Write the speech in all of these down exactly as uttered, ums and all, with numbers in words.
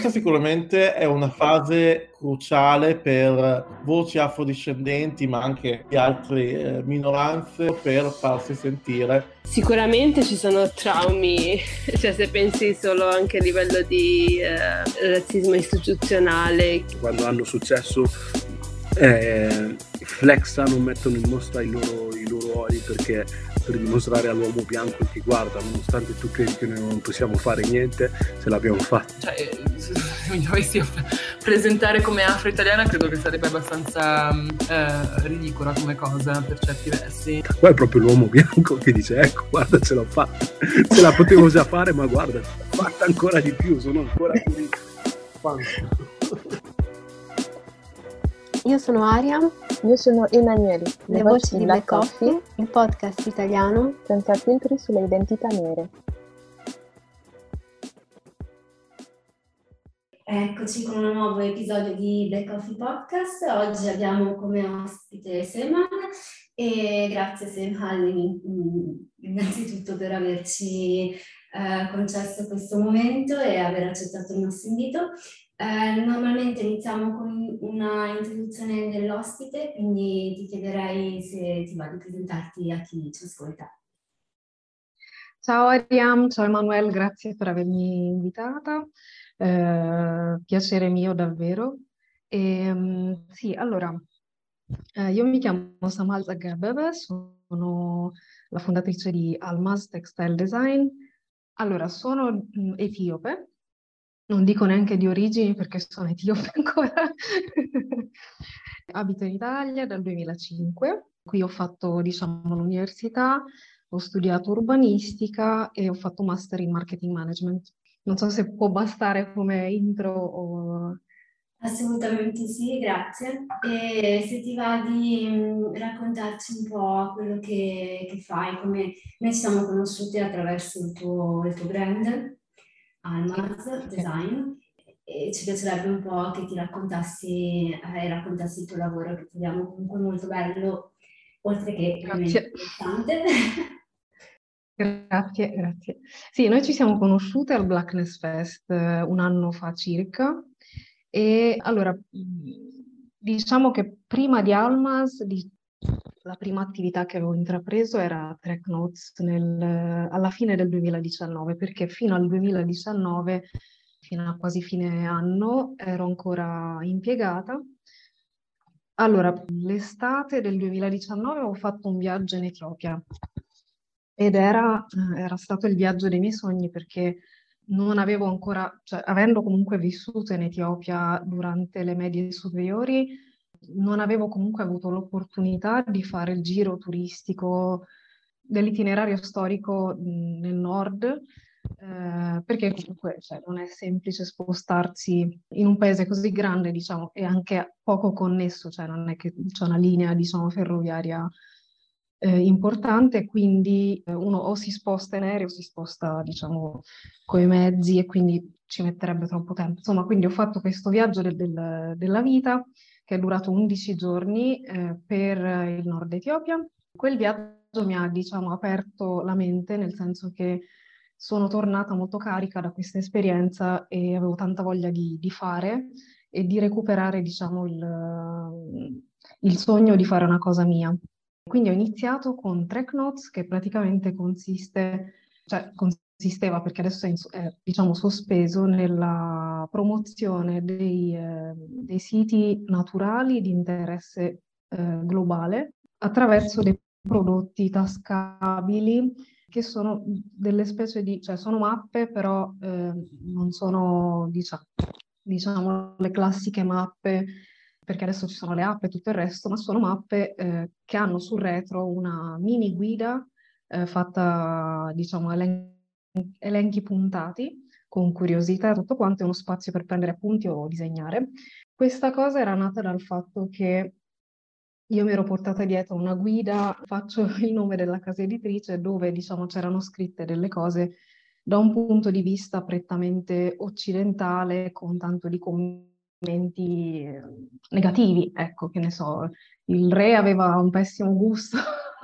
Questa sicuramente è una fase cruciale per voci afrodiscendenti, ma anche di altre eh, minoranze, per farsi sentire. Sicuramente ci sono traumi, cioè se pensi solo anche a livello di eh, razzismo istituzionale. Quando hanno successo eh, flexano, mettono in mostra i loro, i loro ori perché per dimostrare all'uomo bianco che guarda, nonostante tu credi che noi non possiamo fare niente, se l'abbiamo fatto. Cioè, se mi dovessi presentare come afro-italiana credo che sarebbe abbastanza eh, ridicola come cosa per certi versi. Poi è proprio l'uomo bianco che dice ecco guarda ce l'ho fatta, ce la potevo già fare ma guarda, fatta ancora di più, sono ancora più Io sono Aria. Io sono Emanuele. Le, Le voci di Black Coffee, Coffee, il podcast italiano senza filtri sulle identità nere. Eccoci con un nuovo episodio di Black Coffee Podcast. Oggi abbiamo come ospite Seman e grazie Seman innanzitutto per averci eh, concesso questo momento e aver accettato il nostro invito. Eh, normalmente iniziamo con una introduzione dell'ospite, quindi ti chiederei se ti va di presentarti a chi ci ascolta. Ciao Ariam, ciao Emanuele, grazie per avermi invitata, eh, piacere mio davvero. E, um, sì, allora, eh, io mi chiamo Samal Zaghebebe, sono la fondatrice di Almaz Textile Design. Allora, sono mh, etiope. Non dico neanche di origini perché sono etiope ancora. Abito in Italia dal duemilacinque. Qui ho fatto, diciamo, l'università, ho studiato urbanistica e ho fatto master in marketing management. Non so se può bastare come intro o... Assolutamente sì, grazie. E se ti va di mh, raccontarci un po' quello che, che fai, come noi ci siamo conosciuti attraverso il tuo, il tuo brand. Almaz Design, e ci piacerebbe un po' che ti raccontassi e eh, raccontassi il tuo lavoro, che troviamo comunque molto bello, oltre che Grazie. interessante. Grazie, grazie. Sì, noi ci siamo conosciute al Blackness Fest eh, un anno fa circa e allora diciamo che prima di Almaz di la prima attività che avevo intrapreso era Track Notes nel, alla fine del duemiladiciannove, perché fino al duemiladiciannove, fino a quasi fine anno, ero ancora impiegata. Allora, l'estate del duemiladiciannove ho fatto un viaggio in Etiopia ed era, era stato il viaggio dei miei sogni perché non avevo ancora, cioè avendo comunque vissuto in Etiopia durante le medie superiori, non avevo comunque avuto l'opportunità di fare il giro turistico dell'itinerario storico mh, nel nord, eh, perché comunque cioè, non è semplice spostarsi in un paese così grande, diciamo, e anche poco connesso, cioè non è che c'è una linea, diciamo, ferroviaria eh, importante, quindi eh, uno o si sposta in aereo o si sposta, diciamo, coi mezzi e quindi ci metterebbe troppo tempo. Insomma, quindi ho fatto questo viaggio del, del, della vita che è durato undici giorni eh, per il nord Etiopia. Quel viaggio mi ha, diciamo, aperto la mente, nel senso che sono tornata molto carica da questa esperienza e avevo tanta voglia di, di fare e di recuperare, diciamo, il, il sogno di fare una cosa mia. Quindi ho iniziato con Track Notes, che praticamente consiste, cioè consisteva, perché adesso è, in, è diciamo, sospeso nella promozione dei, eh, dei siti naturali di interesse eh, globale attraverso dei prodotti tascabili che sono delle specie di, cioè sono mappe, però eh, non sono, diciamo, diciamo, le classiche mappe, perché adesso ci sono le app e tutto il resto, ma sono mappe eh, che hanno sul retro una mini guida eh, fatta, diciamo, elen- elenchi puntati, con curiosità e tutto quanto, e uno spazio per prendere appunti o disegnare. Questa cosa era nata dal fatto che io mi ero portata dietro una guida, faccio il nome della casa editrice, dove diciamo c'erano scritte delle cose da un punto di vista prettamente occidentale, con tanto di commenti eh, negativi, ecco, che ne so, il re aveva un pessimo gusto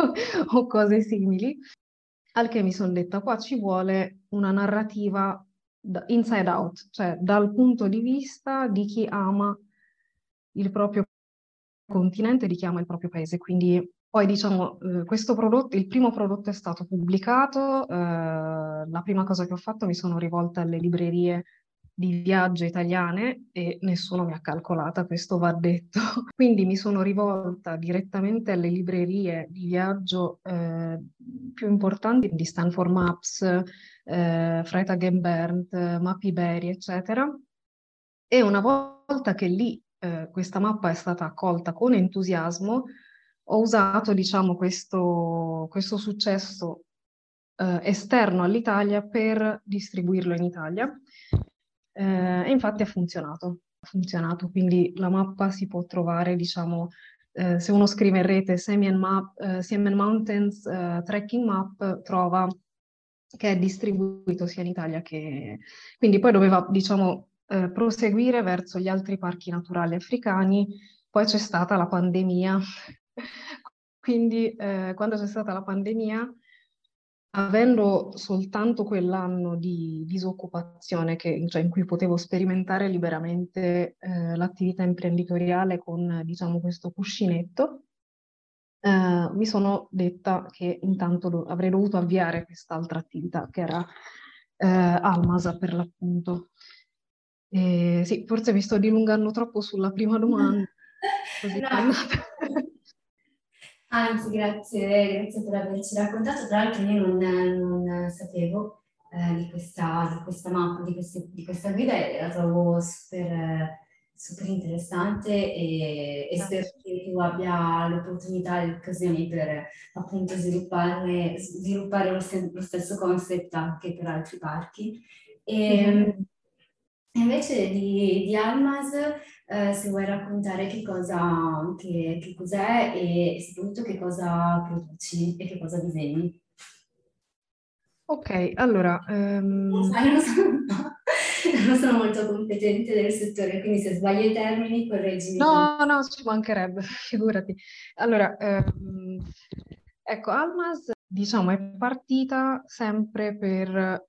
o cose simili, al che mi sono detta qua ci vuole una narrativa da- inside out, cioè dal punto di vista di chi ama il proprio continente, di chi ama il proprio paese. Quindi poi diciamo, eh, questo prodotto, il primo prodotto è stato pubblicato, eh, la prima cosa che ho fatto mi sono rivolta alle librerie di viaggio italiane e nessuno mi ha calcolata, questo va detto. Quindi mi sono rivolta direttamente alle librerie di viaggio eh, più importanti di Stanford Maps, eh, Freytag Berndt, Mapiberi, eccetera. E una volta che lì eh, questa mappa è stata accolta con entusiasmo, ho usato, diciamo, questo, questo successo eh, esterno all'Italia per distribuirlo in Italia. Eh, e infatti ha funzionato, ha funzionato, quindi la mappa si può trovare, diciamo, eh, se uno scrive in rete Semian, Map, eh, Semian Mountains eh, Trekking Map, trova che è distribuito sia in Italia che... Quindi poi doveva, diciamo, eh, proseguire verso gli altri parchi naturali africani, poi c'è stata la pandemia, quindi eh, quando c'è stata la pandemia, avendo soltanto quell'anno di disoccupazione che- cioè in cui potevo sperimentare liberamente eh, l'attività imprenditoriale con, diciamo, questo cuscinetto, eh, mi sono detta che intanto do- avrei dovuto avviare quest'altra attività che era eh, Almasa per l'appunto. E sì, forse mi sto dilungando troppo sulla prima domanda, così No, è andata. anzi, grazie, grazie per averci raccontato. Tra l'altro io non, non sapevo eh, di questa, di questa mappa, di, queste- di questa guida e la trovo super, eh, super interessante e, e spero Grazie. che tu abbia l'opportunità e le occasioni per appunto svilupparne, sviluppare lo, ste- lo stesso concept anche per altri parchi. E, Mhm. e invece di, di Almas, eh, se vuoi raccontare che cosa, che, che cos'è e soprattutto che cosa produci e che cosa disegni. Ok, allora, Non ehm, sai, non sono, non sono molto competente del settore, quindi se sbaglio i termini correggimi tu. no, no, ci mancherebbe, figurati. Allora, ehm, ecco, Almas, diciamo, è partita sempre per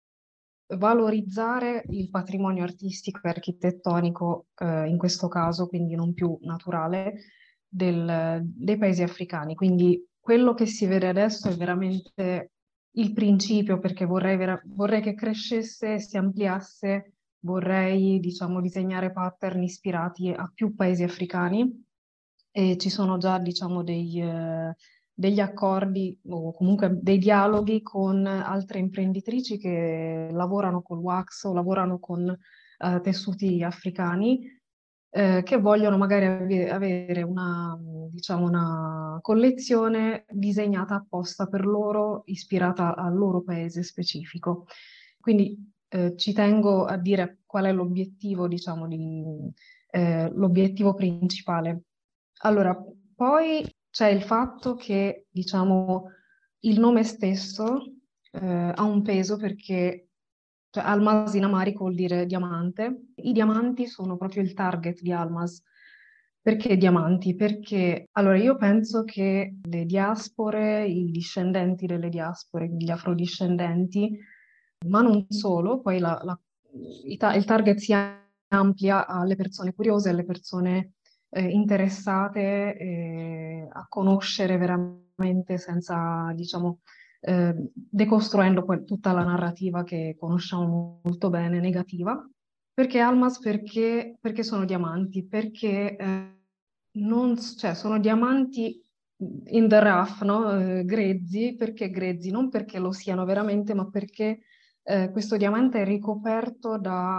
valorizzare il patrimonio artistico e architettonico, eh, in questo caso, quindi non più naturale, del- dei paesi africani. Quindi quello che si vede adesso è veramente il principio, perché vorrei, vera- vorrei che crescesse, si ampliasse, vorrei, diciamo, disegnare pattern ispirati a più paesi africani e ci sono già, diciamo, dei, eh, degli accordi o comunque dei dialoghi con altre imprenditrici che lavorano col wax o lavorano con eh, tessuti africani eh, che vogliono magari ave- avere una, diciamo, una collezione disegnata apposta per loro, ispirata al loro paese specifico. Quindi eh, ci tengo a dire qual è l'obiettivo, diciamo, di, eh, l'obiettivo principale. Allora, poi c'è il fatto che, diciamo, il nome stesso eh, ha un peso perché cioè, Almas in amarico vuol dire diamante. I diamanti sono proprio il target di Almas. Perché diamanti? Perché allora io penso che le diaspore, i discendenti delle diaspore, gli afrodiscendenti, ma non solo, poi la- la- i ta- il target si amplia alle persone curiose, alle persone eh, interessate eh, a conoscere veramente senza, diciamo, eh, decostruendo poi tutta la narrativa che conosciamo molto bene, negativa. Perché Almas? Perché, perché sono diamanti? Perché eh, non, cioè, sono diamanti in the rough, no? Eh, grezzi. Perché grezzi? Non perché lo siano veramente, ma perché eh, questo diamante è ricoperto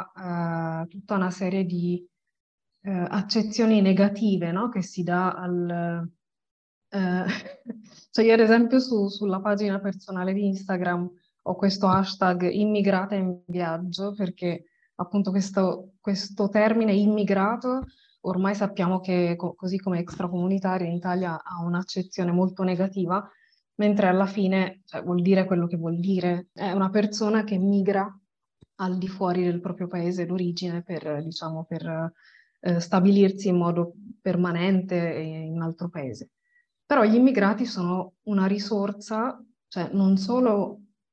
da eh, tutta una serie di eh, accezioni negative, no? Che si dà al... eh, cioè io ad esempio su- sulla pagina personale di Instagram ho questo hashtag immigrata in viaggio perché appunto questo, questo termine immigrato ormai sappiamo che co- così come extracomunitario in Italia ha un'accezione molto negativa, mentre alla fine cioè, vuol dire quello che vuol dire. È una persona che migra al di fuori del proprio paese d'origine per, diciamo, per eh, stabilirsi in modo permanente in un altro paese. Però gli immigrati sono una risorsa, cioè non solo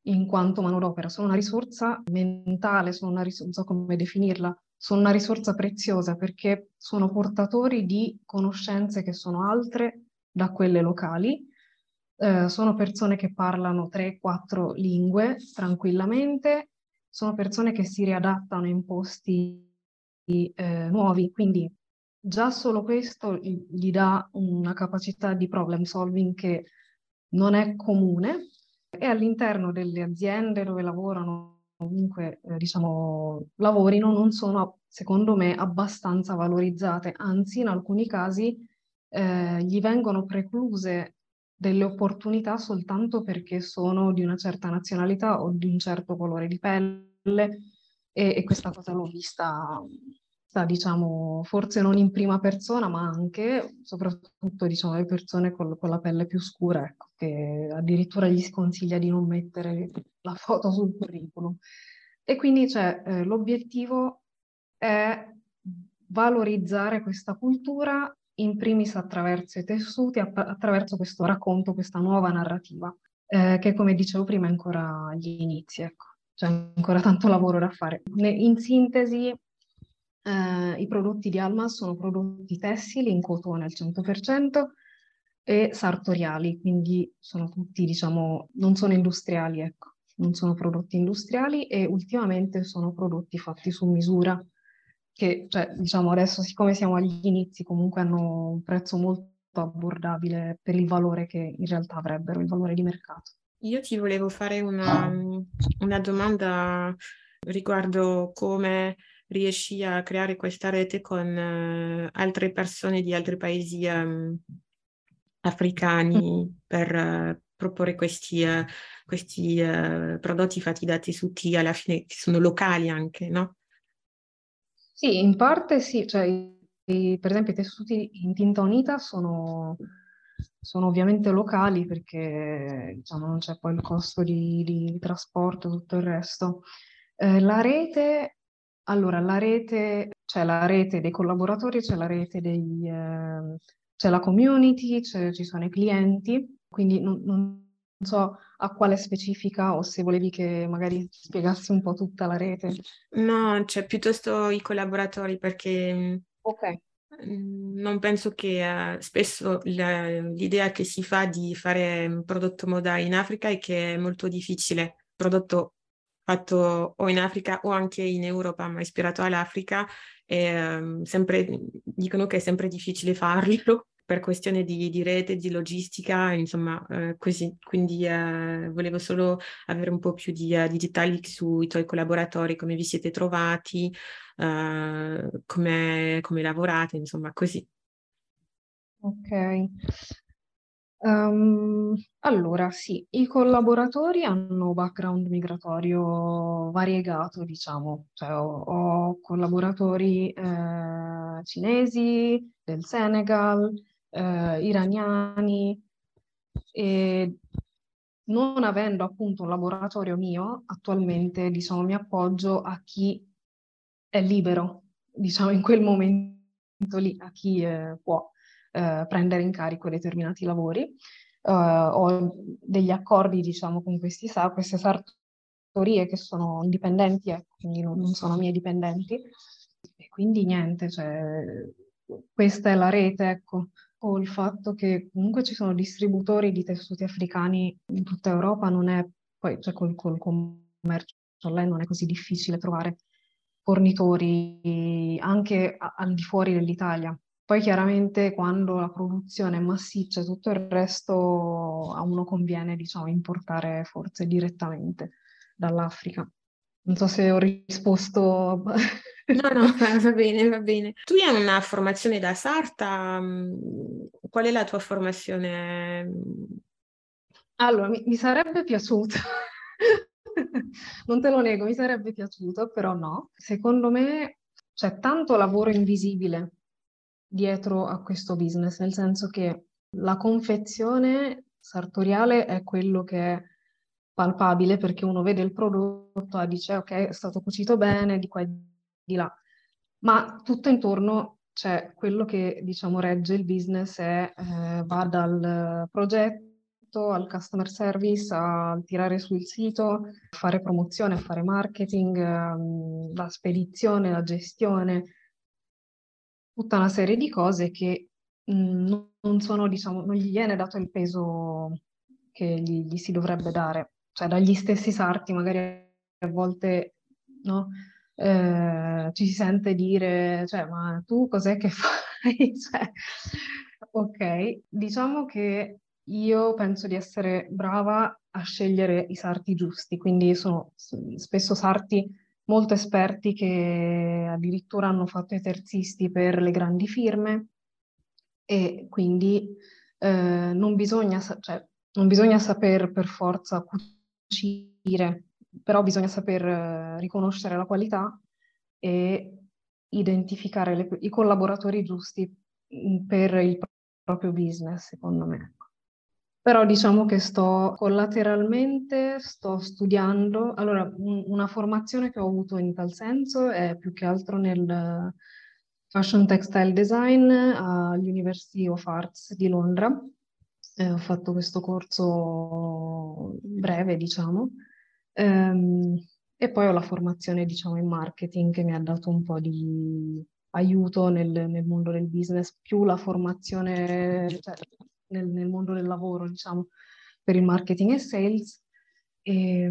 in quanto manodopera, sono una risorsa mentale, sono una ris- non so come definirla, sono una risorsa preziosa perché sono portatori di conoscenze che sono altre da quelle locali. Eh, sono persone che parlano tre quattro lingue tranquillamente, sono persone che si riadattano in posti eh, nuovi, quindi già solo questo gli gli dà una capacità di problem solving che non è comune, e all'interno delle aziende dove lavorano, comunque eh, diciamo lavorino, non sono secondo me abbastanza valorizzate, anzi in alcuni casi eh, gli vengono precluse delle opportunità soltanto perché sono di una certa nazionalità o di un certo colore di pelle, e, e questa cosa l'ho vista, sta, diciamo, forse non in prima persona, ma anche, soprattutto, diciamo, le persone con, con la pelle più scura, ecco, che addirittura gli si consiglia di non mettere la foto sul curriculum. E quindi, cioè, eh, l'obiettivo è valorizzare questa cultura in primis attraverso i tessuti, app- attraverso questo racconto, questa nuova narrativa, eh, che come dicevo prima è ancora agli inizi, ecco. C'è ancora tanto lavoro da fare. Ne- in sintesi, eh, i prodotti di Almas sono prodotti tessili in cotone al cento per cento e sartoriali, quindi sono tutti, diciamo, non sono industriali, ecco, non sono prodotti industriali, e ultimamente sono prodotti fatti su misura, che, cioè, diciamo, adesso, siccome siamo agli inizi, comunque hanno un prezzo molto abbordabile per il valore che in realtà avrebbero, il valore di mercato. Io ti volevo fare una, una domanda riguardo come riesci a creare questa rete con eh, altre persone di altri paesi ehm, africani per eh, proporre questi, eh, questi eh, prodotti fatti da tessuti alla fine che sono locali anche, no? Sì, in parte sì, cioè, i- per esempio i tessuti in tinta unita sono, sono ovviamente locali perché diciamo, non c'è poi il costo di, di trasporto e tutto il resto. Eh, la rete, allora, la rete, c'è la rete dei collaboratori, c'è la rete dei, eh, c'è la community, c'è- ci sono i clienti, quindi non, non so a quale specifica o se volevi che magari spiegassi un po' tutta la rete. No, cioè piuttosto i collaboratori perché Ok. mm, non penso che eh, spesso la- l'idea che si fa di fare un prodotto moda in Africa è che è molto difficile. Prodotto fatto o in Africa o anche in Europa, ma ispirato all'Africa, e, ehm, sempre, dicono che è sempre difficile farlo per questione di, di rete, di logistica, insomma, eh, così. Quindi eh, volevo solo avere un po' più di, eh, di dettagli sui tuoi collaboratori, come vi siete trovati, eh, come, come lavorate, insomma, così. Ok. Ehm, allora, sì, i collaboratori hanno background migratorio variegato, diciamo. Cioè, ho, ho collaboratori eh, cinesi, del Senegal, eh, iraniani, e non avendo appunto un laboratorio mio, attualmente, diciamo, mi appoggio a chi è libero, diciamo, in quel momento lì, a chi eh, può eh, prendere in carico determinati lavori. Eh, ho degli accordi, diciamo, con questi, sa- queste sartorie che sono indipendenti, ecco, quindi non, non sono miei dipendenti. E quindi niente, cioè, questa è la rete, ecco. O il fatto che comunque ci sono distributori di tessuti africani in tutta Europa, non è, poi cioè, col, col commercio online non è così difficile trovare fornitori anche a- al di fuori dell'Italia. Poi chiaramente quando la produzione è massiccia e tutto il resto, a uno conviene, diciamo, importare forse direttamente dall'Africa. Non so se ho risposto. No, no, va va bene, va bene. Tu hai una formazione da sarta? mm, Qual è la tua formazione? Allora, mi, mi sarebbe piaciuto, non te lo nego, mi sarebbe piaciuto, però no. Secondo me c'è tanto lavoro invisibile dietro a questo business, nel senso che la confezione sartoriale è quello che è palpabile perché uno vede il prodotto e dice ok, è stato cucito bene, di qua e di là, ma tutto intorno c'è quello che diciamo regge il business, è, eh, va dal progetto supporto, al customer service, a tirare sul sito, a fare promozione, a fare marketing, ehm, la spedizione, la gestione, tutta una serie di cose che mh, non sono, diciamo, non gli viene dato il peso che gli, gli si dovrebbe dare. Cioè dagli stessi sarti magari a volte, no? Eh, ci si sente dire, cioè, ma tu cos'è che fai? Cioè, ok, diciamo che io penso di essere brava a scegliere i sarti giusti, quindi sono s- spesso sarti molto esperti che addirittura hanno fatto i terzisti per le grandi firme e quindi eh, non bisogna, sa- cioè, non bisogna saper per forza cucire, però bisogna saper eh, riconoscere la qualità e identificare le- i collaboratori giusti mh, per il proprio business, secondo me. Però diciamo che sto collateralmente, sto studiando. Allora, un- una formazione che ho avuto in tal senso è più che altro nel Fashion Textile Design all'University of Arts di Londra. Eh, ho fatto questo corso breve, diciamo, Ehm, e poi ho la formazione, diciamo, in marketing che mi ha dato un po' di aiuto nel, nel mondo del business, più la formazione, cioè, nel, nel mondo del lavoro, diciamo, per il marketing e sales. E,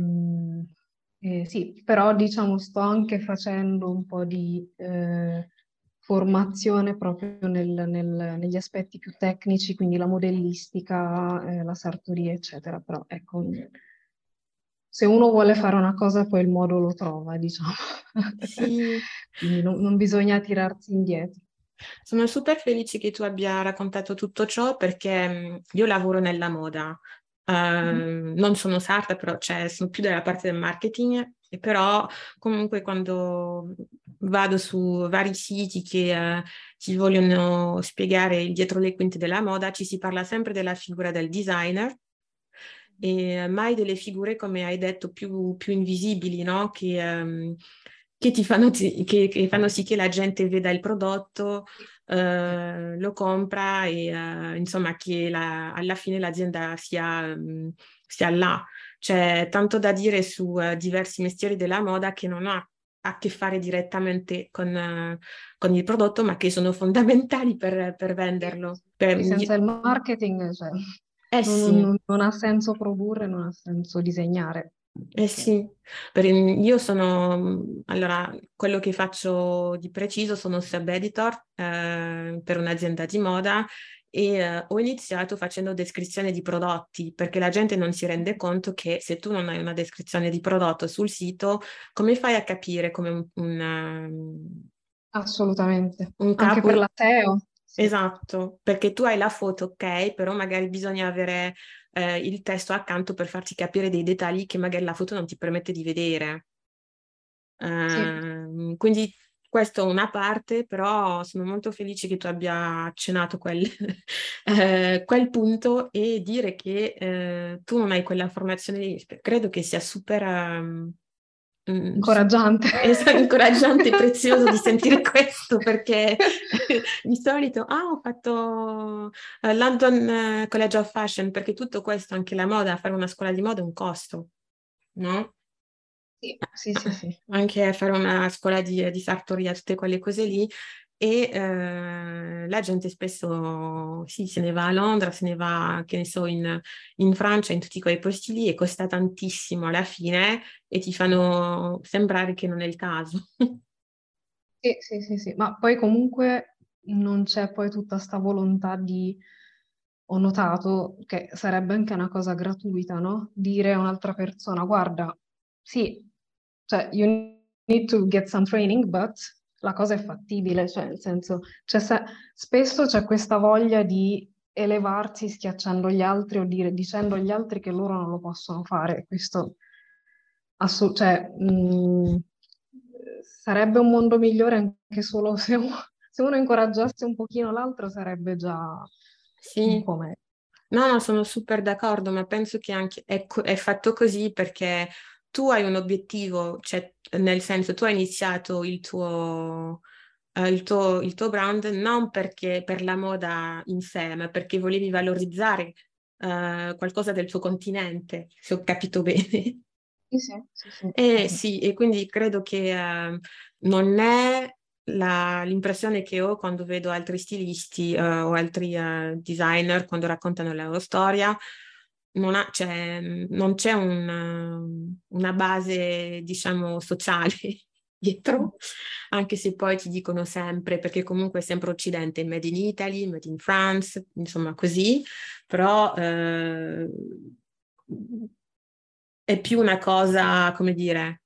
e sì, però diciamo sto anche facendo un po' di eh, formazione proprio nel- nel- negli aspetti più tecnici, quindi la modellistica, eh, la sartoria, eccetera. Però ecco, se uno vuole fare una cosa, poi il modo lo trova, diciamo. Sì. Quindi non, non bisogna tirarsi indietro. Sono super felice che tu abbia raccontato tutto ciò perché mh, io lavoro nella moda. Uh, non sono sarta, però cioè, sono più dalla parte del marketing, e però comunque quando vado su vari siti che uh, ci vogliono spiegare il dietro le quinte della moda, ci si parla sempre della figura del designer e mai delle figure, come hai detto, più, più invisibili, no? Che, um, che ti fanno, ti- che, che fanno sì che la gente veda il prodotto, eh, lo compra e eh, insomma che la- alla fine l'azienda sia, mm, sia là. C'è tanto da dire su eh, diversi mestieri della moda che non ha a che fare direttamente con, eh, con il prodotto, ma che sono fondamentali per, per venderlo. Per- Sì, senza il marketing, cioè, eh non, sì. non- non ha senso produrre, non ha senso disegnare. Eh sì, per- io sono, allora, quello che faccio di preciso sono sub editor eh, per un'azienda di moda e eh, ho iniziato facendo descrizione di prodotti perché la gente non si rende conto che se tu non hai una descrizione di prodotto sul sito, come fai a capire come un, un, Assolutamente. un Anche capo... per la S E O. Sì. Esatto, perché tu hai la foto, ok, però magari bisogna avere eh, il testo accanto per farti capire dei dettagli che magari la foto non ti permette di vedere. Sì. Ehm, quindi questo è una parte, però sono molto felice che tu abbia accennato quel, eh, quel punto e dire che eh, tu non hai quella formazione lì, credo che sia super... ehm, mm, Incoraggiante. È incoraggiante e prezioso di sentire questo perché di solito ah, ho fatto eh, London eh, College of Fashion perché tutto questo, anche la moda, fare una scuola di moda è un costo, no? Sì, sì, sì, sì. Anche fare una scuola di, di sartoria, tutte quelle cose lì. E eh, la gente spesso sì, se ne va a Londra, se ne va, che ne so, in, in Francia, in tutti quei posti lì e costa tantissimo alla fine e ti fanno sembrare che non è il caso. Sì, sì, sì, sì. Ma poi comunque non c'è poi tutta sta volontà di... Ho notato che sarebbe anche una cosa gratuita, no? Dire a un'altra persona, guarda, sì, cioè, you need to get some training, but la cosa è fattibile, cioè, nel senso, c'è se- spesso c'è questa voglia di elevarsi schiacciando gli altri o dire, dicendo agli altri che loro non lo possono fare. Questo, assu- cioè, mh, sarebbe un mondo migliore anche solo se uno, se uno incoraggiasse un pochino l'altro, sarebbe già un Sì. po' meglio. No, no, sono super d'accordo, ma penso che anche è, co- è fatto così perché tu hai un obiettivo, cioè nel senso tu hai iniziato il tuo, eh, il tuo, il tuo brand non perché per la moda in sé, ma perché volevi valorizzare uh, qualcosa del suo continente, se ho capito bene. Sì, sì, sì, sì. Eh sì, e quindi credo che uh, non è la, l'impressione che ho quando vedo altri stilisti uh, o altri uh, designer quando raccontano la loro storia. Non, ha, cioè, non c'è un, una base, diciamo, sociale dietro, anche se poi ti dicono sempre, perché comunque è sempre Occidente, made in Italy, made in France, insomma così, però eh, è più una cosa, come dire...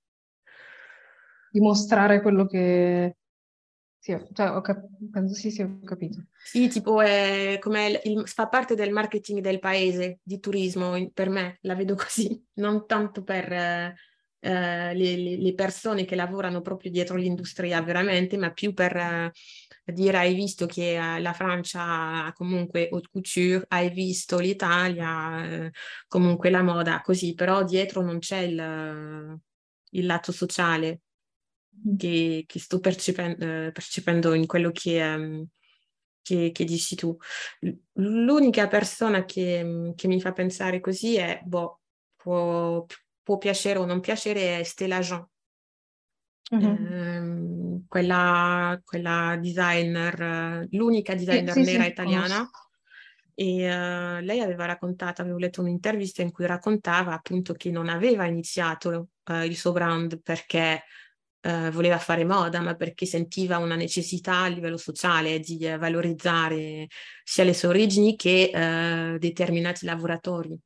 Dimostrare quello che... Sì, cioè, ho cap- penso sì, sì, ho capito. Sì, tipo è come il, il- fa parte del marketing del paese, di turismo, in- per me, la vedo così, non tanto per eh, eh, le, le- le persone che lavorano proprio dietro l'industria veramente, ma più per eh, dire hai visto che eh, la Francia ha comunque haute couture, hai visto l'Italia, eh, comunque la moda, così, però dietro non c'è il, il lato sociale che, che sto percepen- eh, percependo in quello che, ehm, che, che dici tu. L- L'unica persona che, che mi fa pensare così è, boh, può, può piacere o non piacere, è Stella Jean. Mhm. Ehm, quella, quella designer, eh, l'unica Sì, designer sì, nera sì, italiana. conosco. E eh, lei aveva raccontato, avevo letto un'intervista in cui raccontava appunto che non aveva iniziato eh, il suo brand perché eh, voleva fare moda, ma perché sentiva una necessità a livello sociale di eh, valorizzare sia le sue origini che eh, determinati lavoratori.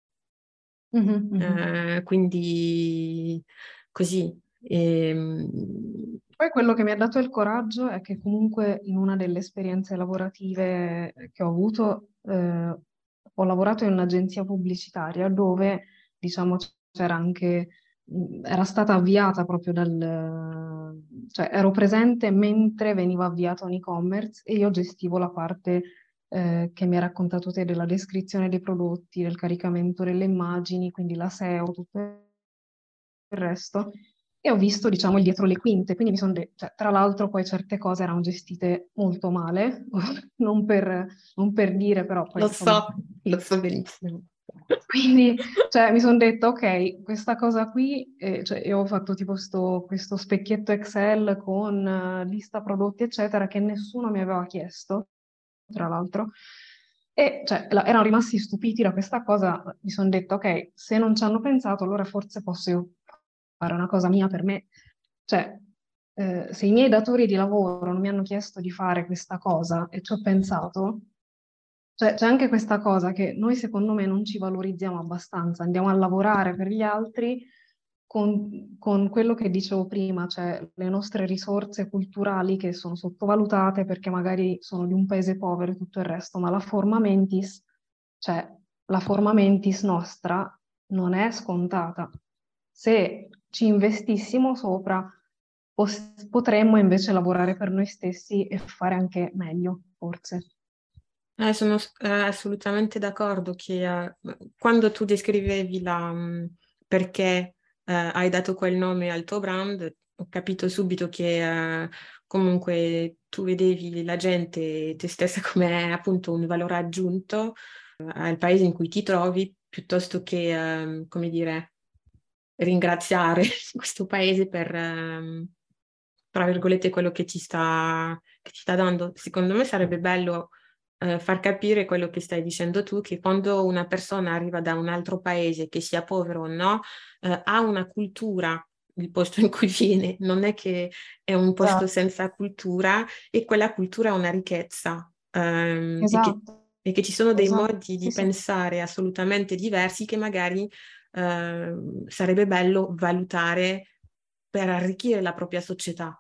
Mhm, mhm. Eh, quindi così. Ehm, Poi quello che mi ha dato il coraggio è che comunque in una delle esperienze lavorative che ho avuto, eh, ho lavorato in un'agenzia pubblicitaria dove, diciamo, c'era anche, mh, era stata avviata proprio dal, cioè ero presente mentre veniva avviato un e-commerce e io gestivo la parte, eh, che mi hai raccontato te della descrizione dei prodotti, del caricamento delle immagini, quindi la S E O, tutto il resto. E ho visto, diciamo, il dietro le quinte, quindi mi sono detta, cioè, tra l'altro poi certe cose erano gestite molto male, non per, non per dire, però poi lo insomma... so, lo so benissimo. Quindi, cioè, mi sono detta, ok, questa cosa qui, eh, cioè, io ho fatto tipo sto- questo specchietto Excel con eh, lista prodotti, eccetera, che nessuno mi aveva chiesto, tra l'altro. E cioè, la- erano rimasti stupiti da questa cosa, mi sono detta, ok, se non ci hanno pensato, allora forse posso io fare una cosa mia per me. Cioè, eh, se i miei datori di lavoro non mi hanno chiesto di fare questa cosa e ci ho pensato, cioè, c'è anche questa cosa che noi secondo me non ci valorizziamo abbastanza, andiamo a lavorare per gli altri con, con quello che dicevo prima, cioè le nostre risorse culturali che sono sottovalutate perché magari sono di un paese povero e tutto il resto, ma la forma mentis, cioè la forma mentis nostra non è scontata. Se ci investissimo sopra, pos- potremmo invece lavorare per noi stessi e fare anche meglio, forse. Eh, sono eh, assolutamente d'accordo che eh, quando tu descrivevi la, mh, perché eh, hai dato quel nome al tuo brand, ho capito subito che eh, comunque tu vedevi la gente, te stessa come appunto un valore aggiunto eh, al paese in cui ti trovi, piuttosto che, ehm, come dire, ringraziare questo paese per, ehm, tra virgolette, quello che ci sta, che ci sta dando. Secondo me sarebbe bello eh, far capire quello che stai dicendo tu, che quando una persona arriva da un altro paese, che sia povero o no, eh, ha una cultura, il posto in cui viene, non è che è un posto Esatto, senza cultura e quella cultura è una ricchezza. ehm, e che, esatto, e che ci sono dei esatto. modi di Sì, sì. pensare assolutamente diversi che magari eh, sarebbe bello valutare per arricchire la propria società.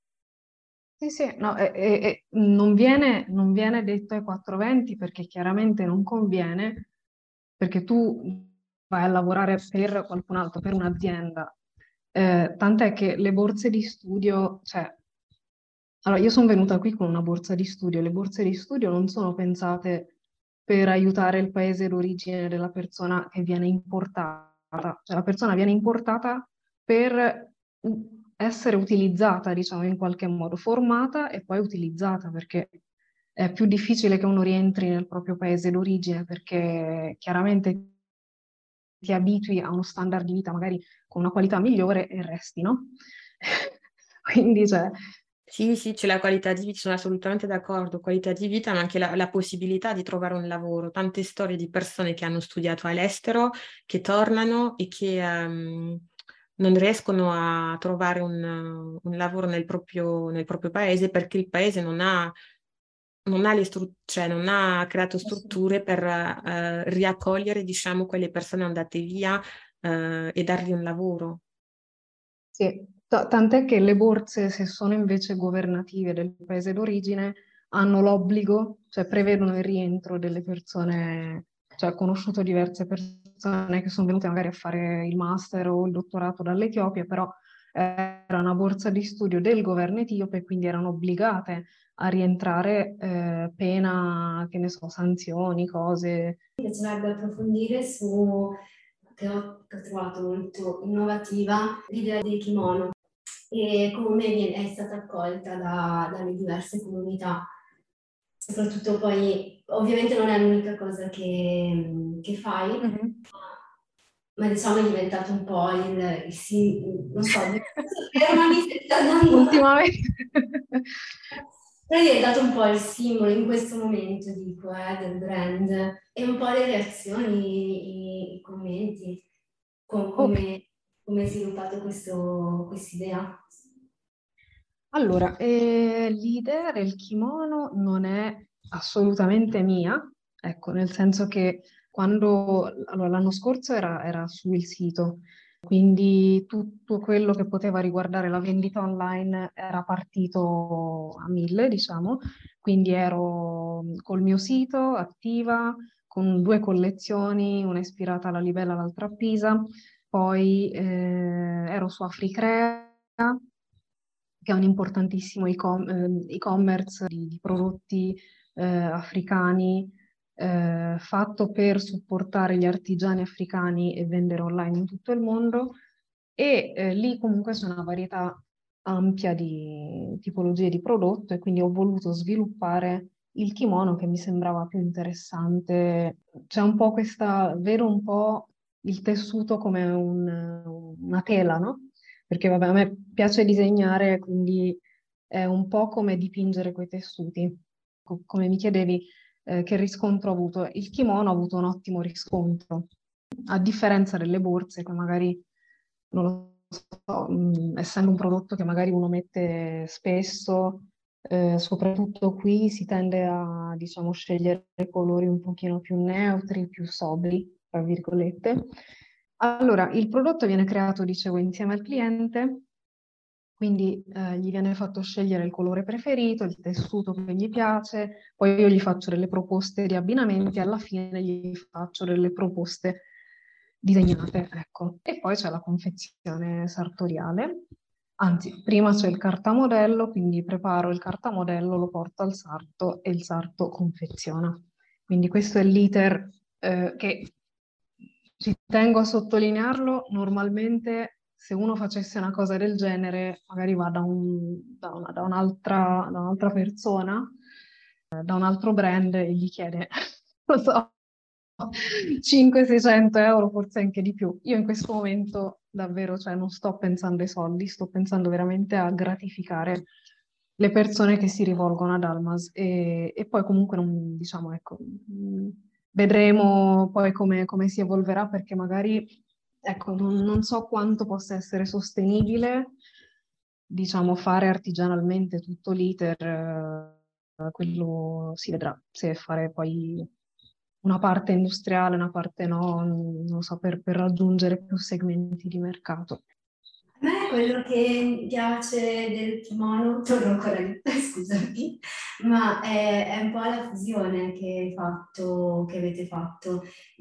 Sì, sì, no, e- e- e non viene, non viene detto ai quattrocentoventi perché chiaramente non conviene, perché tu vai a lavorare per qualcun altro, per un'azienda. Eh, tant'è che le borse di studio, cioè, allora io sono venuta qui con una borsa di studio, le borse di studio non sono pensate per aiutare il paese d'origine della persona che viene importata, cioè la persona viene importata per essere utilizzata, diciamo, in qualche modo, formata e poi utilizzata, perché è più difficile che uno rientri nel proprio paese d'origine perché chiaramente ti abitui a uno standard di vita magari con una qualità migliore e resti, no? Quindi, cioè... Sì, sì, c'è la qualità di vita, sono assolutamente d'accordo, qualità di vita, ma anche la, la possibilità di trovare un lavoro. Tante storie di persone che hanno studiato all'estero, che tornano e che um, non riescono a trovare un, un lavoro nel proprio, nel proprio paese perché il paese non ha, non ha, le stru- cioè non ha creato strutture per uh, riaccogliere, diciamo, quelle persone andate via uh, e dargli un lavoro. Sì, t- tant'è che le borse, se sono invece governative del paese d'origine, hanno l'obbligo, cioè prevedono il rientro delle persone, cioè ho conosciuto diverse persone che sono venute magari a fare il master o il dottorato dall'Etiopia, però era una borsa di studio del governo etiope e quindi erano obbligate a rientrare eh, pena, che ne so, sanzioni, cose. Mi piacerebbe approfondire su... Che ho, che ho trovato molto innovativa, l'idea del kimono e come viene, è stata accolta da, dalle diverse comunità. Soprattutto poi, ovviamente non è l'unica cosa che, che fai, mm-hmm. ma diciamo è diventato un po' il, il sì, non so, è una mista ultimamente. Però è dato un po' il simbolo in questo momento, dico, eh, del brand e un po' le reazioni, i, i commenti, con come, okay. come è sviluppato questa idea. Allora, eh, l'idea del kimono non è assolutamente mia, ecco, nel senso che quando, allora, l'anno scorso era, era sul sito, quindi tutto quello che poteva riguardare la vendita online era partito a mille, diciamo, quindi ero col mio sito attiva, con due collezioni, una ispirata alla Libella e l'altra a Pisa, poi eh, ero su Africrea, che è un importantissimo e-commerce di, di prodotti eh, africani, eh, fatto per supportare gli artigiani africani e vendere online in tutto il mondo, e eh, lì comunque c'è una varietà ampia di tipologie di prodotto e quindi ho voluto sviluppare il kimono che mi sembrava più interessante. C'è un po' questa, vedo un po' il tessuto come un, una tela, no? Perché vabbè, a me piace disegnare, quindi è un po' come dipingere quei tessuti. Co- come mi chiedevi, eh, che riscontro ho avuto? Il kimono ha avuto un ottimo riscontro, a differenza delle borse che magari, non lo so, mh, essendo un prodotto che magari uno mette spesso, eh, soprattutto qui si tende a, diciamo, scegliere colori un pochino più neutri, più sobri, tra virgolette. Allora, il prodotto viene creato, dicevo, insieme al cliente, quindi eh, gli viene fatto scegliere il colore preferito, il tessuto che gli piace, poi io gli faccio delle proposte di abbinamenti, alla fine gli faccio delle proposte disegnate, ecco. E poi c'è la confezione sartoriale, anzi, prima c'è il cartamodello, quindi preparo il cartamodello, lo porto al sarto e il sarto confeziona. Quindi questo è l'iter eh, che... Ci tengo a sottolinearlo, normalmente se uno facesse una cosa del genere, magari va da, un, da, una, da, un'altra, da un'altra persona, eh, da un altro brand e gli chiede, lo so, cinquecento seicento euro, forse anche di più. Io in questo momento davvero, cioè, non sto pensando ai soldi, sto pensando veramente a gratificare le persone che si rivolgono ad Almaz e, e poi comunque non, diciamo, ecco... Mh, vedremo poi come, come si evolverà perché magari, ecco, non, non so quanto possa essere sostenibile, diciamo, fare artigianalmente tutto l'iter, eh, quello si vedrà, se fare poi una parte industriale, una parte no, non so, per, per raggiungere più segmenti di mercato. A me quello che mi piace del kimono, torno ancora lì, scusami, ma è, è un po' la fusione che, fatto, che avete fatto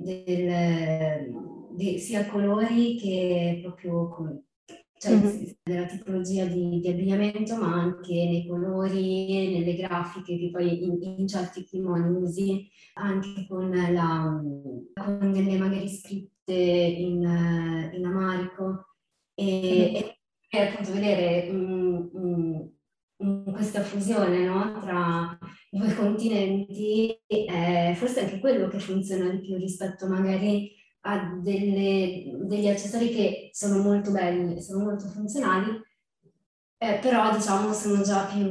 del, di, sia colori che proprio come, cioè, mm-hmm. nella tipologia di, di abbigliamento, ma anche nei colori, nelle grafiche che poi in, in certi kimoni usi, anche con, la, con delle magari scritte in, in amarico. E, mm-hmm. e appunto vedere mh, mh, questa fusione, no, tra i due continenti, è forse anche quello che funziona di più rispetto magari a delle, degli accessori che sono molto belli, sono molto funzionali, eh, però diciamo sono già più,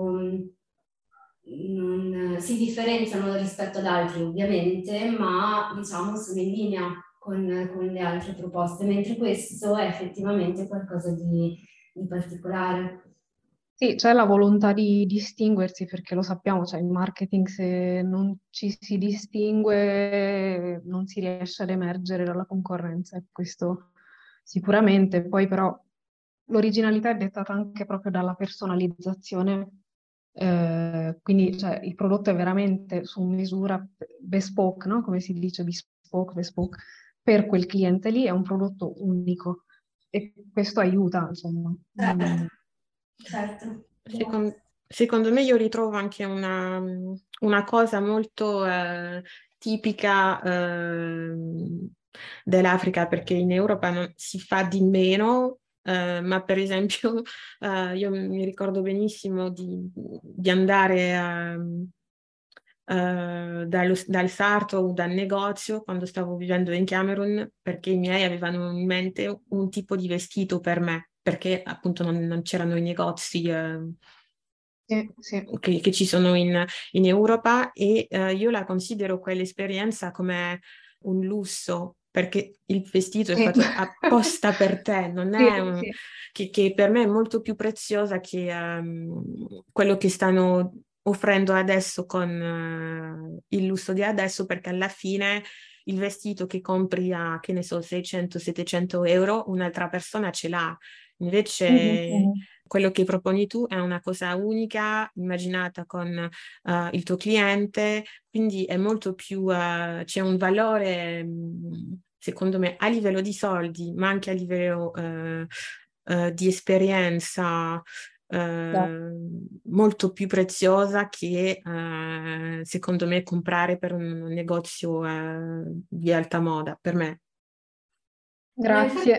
non, si differenziano rispetto ad altri ovviamente, ma diciamo sono in linea con, con le altre proposte, mentre questo è effettivamente qualcosa di, di particolare. Sì, c'è la volontà di distinguersi perché lo sappiamo, cioè in marketing se non ci si distingue non si riesce ad emergere dalla concorrenza, e questo sicuramente. Poi però l'originalità è dettata anche proprio dalla personalizzazione, eh, quindi cioè, il prodotto è veramente su misura, bespoke, no? Come si dice, bespoke, bespoke, per quel cliente lì, è un prodotto unico e questo aiuta, insomma. Mm. Certo. Secondo, secondo me io ritrovo anche una, una cosa molto eh, tipica eh, dell'Africa, perché in Europa non, si fa di meno, eh, ma per esempio eh, io mi ricordo benissimo di, di andare a, eh, dallo, dal sarto o dal negozio quando stavo vivendo in Camerun, perché i miei avevano in mente un tipo di vestito per me, perché appunto non, non c'erano i negozi eh, Sì, sì. che, che ci sono in, in Europa, e eh, io la considero quell'esperienza come un lusso, perché il vestito è Sì. fatto apposta per te, non Sì, è un, sì. che, che per me è molto più preziosa che um, quello che stanno offrendo adesso con uh, il lusso di adesso, perché alla fine il vestito che compri a, che ne so, seicento settecento euro, un'altra persona ce l'ha. Invece Mm-hmm. quello che proponi tu è una cosa unica, immaginata con uh, il tuo cliente, quindi è molto più, uh, c'è un valore, mh, secondo me, a livello di soldi, ma anche a livello uh, uh, di esperienza uh, molto più preziosa che, uh, secondo me, comprare per un negozio uh, di alta moda, per me. Grazie.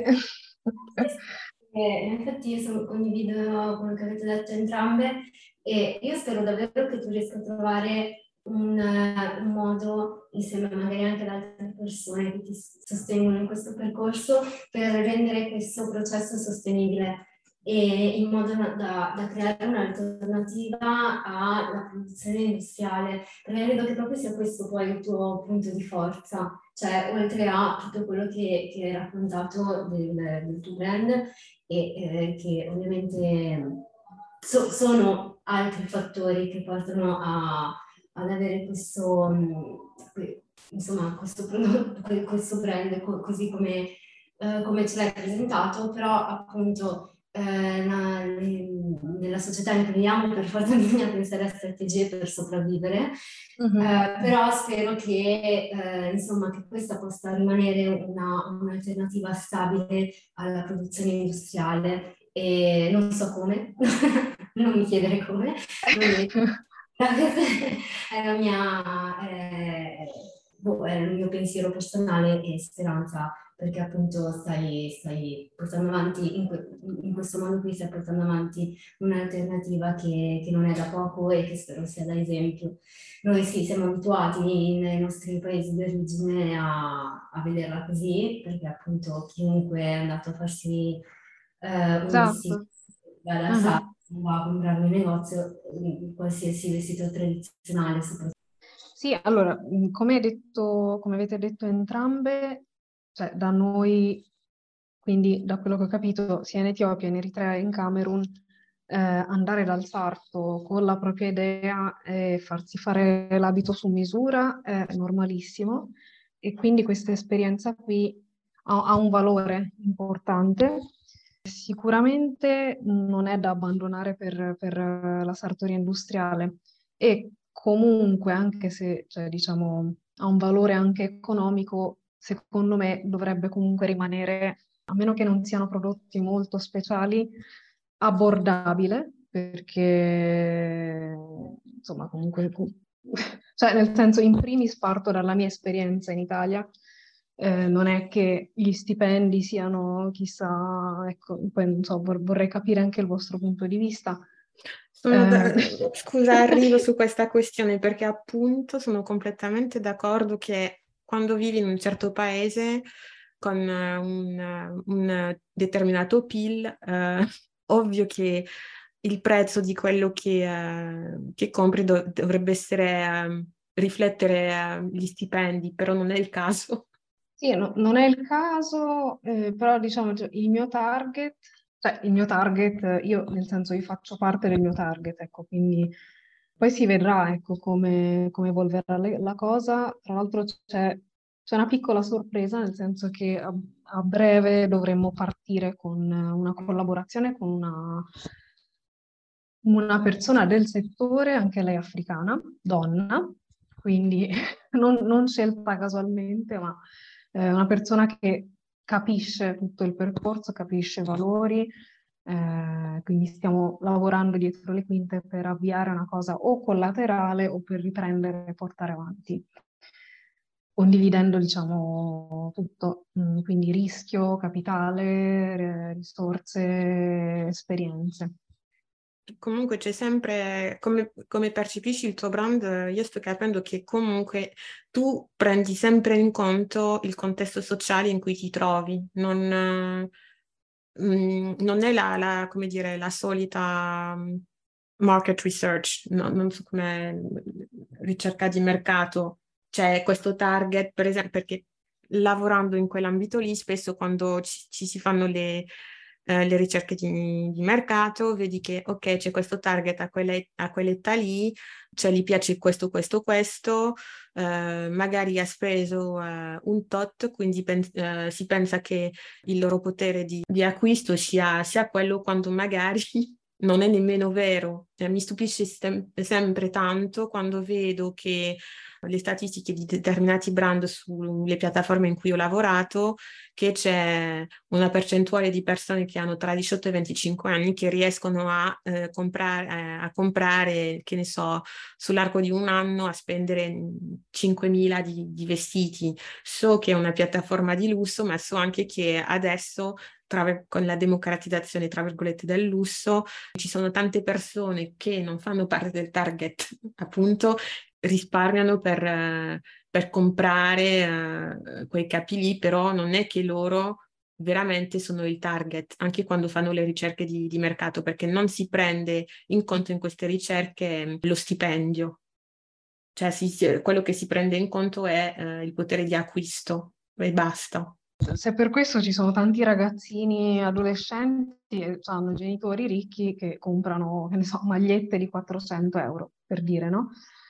Eh, in effetti io sono, condivido quello che avete detto entrambe e io spero davvero che tu riesca a trovare un, un modo, insieme magari anche ad altre persone che ti sostengono in questo percorso, per rendere questo processo sostenibile e in modo da, da creare un'alternativa alla produzione industriale, perché credo che proprio sia questo poi il tuo punto di forza, cioè oltre a tutto quello che, che hai raccontato del, del tuo brand e eh, che ovviamente so, sono altri fattori che portano a, ad avere questo, insomma, questo prodotto, questo brand co- così come, eh, come ce l'hai presentato, però appunto eh, na, nella società in cui viviamo per forza bisogna pensare a strategie per sopravvivere. Uh-huh. Eh, però spero che, eh, insomma, che questa possa rimanere una, un'alternativa stabile alla produzione industriale e non so come, non mi chiedere come, non mi... è la mia, eh, boh, è il mio pensiero personale e speranza, perché appunto stai, stai portando avanti, in, que- in questo modo qui stai portando avanti un'alternativa che, che non è da poco e che spero sia da esempio. Noi sì, siamo abituati nei nostri paesi di origine a, a vederla così, perché appunto chiunque è andato a farsi eh, un Esatto. vestito da Uh-huh. sarto, va a comprare un negozio, qualsiasi vestito tradizionale soprattutto. Sì, allora, come hai detto, come avete detto entrambe, cioè da noi, quindi da quello che ho capito, sia in Etiopia, in Eritrea e in Camerun, eh, andare dal sarto con la propria idea e farsi fare l'abito su misura è normalissimo, e quindi questa esperienza qui ha, ha un valore importante. Sicuramente non è da abbandonare per, per la sartoria industriale, e comunque, anche se cioè, diciamo, ha un valore anche economico, secondo me dovrebbe comunque rimanere, a meno che non siano prodotti molto speciali, abbordabile, perché insomma comunque, cioè nel senso, in primis parto dalla mia esperienza in Italia. Eh, non è che gli stipendi siano chissà, ecco, poi non so, vor- vorrei capire anche il vostro punto di vista. Sono da- Eh, Scusa, arrivo su questa questione perché appunto sono completamente d'accordo che quando vivi in un certo paese con eh, un, un determinato P I L, eh, ovvio che il prezzo di quello che, eh, che compri do- dovrebbe essere, ehm, riflettere eh, gli stipendi, però non è il caso. Sì, no- non è il caso, eh, però diciamo cioè, il mio target, cioè il mio target, eh, io nel senso io faccio parte del mio target, ecco, quindi poi si vedrà, ecco, come, come evolverà le- la cosa. Tra l'altro c'è c'è una piccola sorpresa, nel senso che a, a breve dovremmo partire con una collaborazione con una, una persona del settore, anche lei africana, donna, quindi non, non scelta casualmente, ma eh, una persona che capisce tutto il percorso, capisce i valori, eh, quindi stiamo lavorando dietro le quinte per avviare una cosa o collaterale o per riprendere e portare avanti, condividendo, diciamo, tutto, Mm, quindi rischio, capitale, eh, risorse, esperienze. Comunque c'è sempre, come, come percepisci il tuo brand, eh, io sto capendo che comunque tu prendi sempre in conto il contesto sociale in cui ti trovi, non, eh, mm, non è la, la, come dire, la solita mm, market research, no, non so come ricerca di mercato, c'è questo target, per esempio, perché lavorando in quell'ambito lì, spesso quando ci, ci si fanno le, eh, le ricerche di, di mercato, vedi che ok, c'è questo target a, quelle, a quell'età lì, cioè gli piace questo, questo, questo, eh, magari ha speso eh, un tot, quindi pen- eh, si pensa che il loro potere di, di acquisto sia, sia quello quando magari non è nemmeno vero. Eh, mi stupisce sem- sempre tanto quando vedo che le statistiche di determinati brand sulle piattaforme in cui ho lavorato, che c'è una percentuale di persone che hanno tra diciotto e venticinque anni che riescono a, eh, comprare, eh, a comprare, che ne so, sull'arco di un anno a spendere cinquemila di, di vestiti. So che è una piattaforma di lusso, ma so anche che adesso, tra, con la democratizzazione, tra virgolette, del lusso, ci sono tante persone che non fanno parte del target, appunto, risparmiano per, eh, per comprare eh, quei capi lì, però non è che loro veramente sono il target, anche quando fanno le ricerche di, di mercato, perché non si prende in conto in queste ricerche lo stipendio. Cioè si- si- quello che si prende in conto è eh, il potere di acquisto e basta. Se per questo ci sono tanti ragazzini adolescenti che hanno genitori ricchi che comprano, che ne so, magliette di quattrocento euro, per dire, no?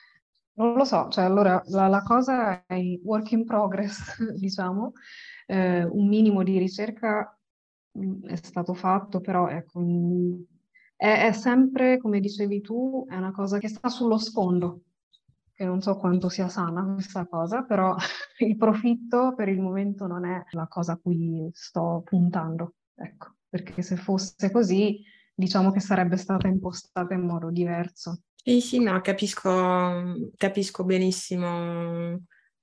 Non lo so, cioè allora la, la cosa è in work in progress, diciamo. Eh, un minimo di ricerca mh, è stato fatto, però ecco, mh, è, è sempre, come dicevi tu, è una cosa che sta sullo sfondo, che non so quanto sia sana questa cosa, però il profitto per il momento non è la cosa a cui sto puntando, ecco, perché se fosse così, diciamo che sarebbe stata impostata in modo diverso. Sì, sì, no, capisco, capisco benissimo.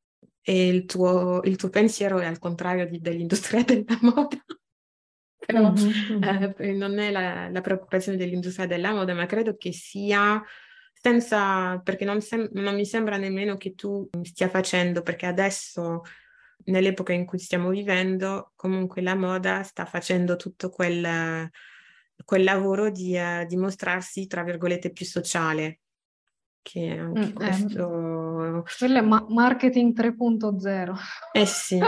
E il tuo, il tuo pensiero è al contrario di- dell'industria della moda. Però Mhm, mhm. eh, non è la, la preoccupazione dell'industria della moda, ma credo che sia senza, perché non, sem- non mi sembra nemmeno che tu stia facendo, perché adesso, nell'epoca in cui stiamo vivendo, comunque la moda sta facendo tutto quel, quel lavoro di eh, dimostrarsi, tra virgolette, più sociale, che anche Mm, eh, questo... quello è ma- marketing tre punto zero. Eh sì.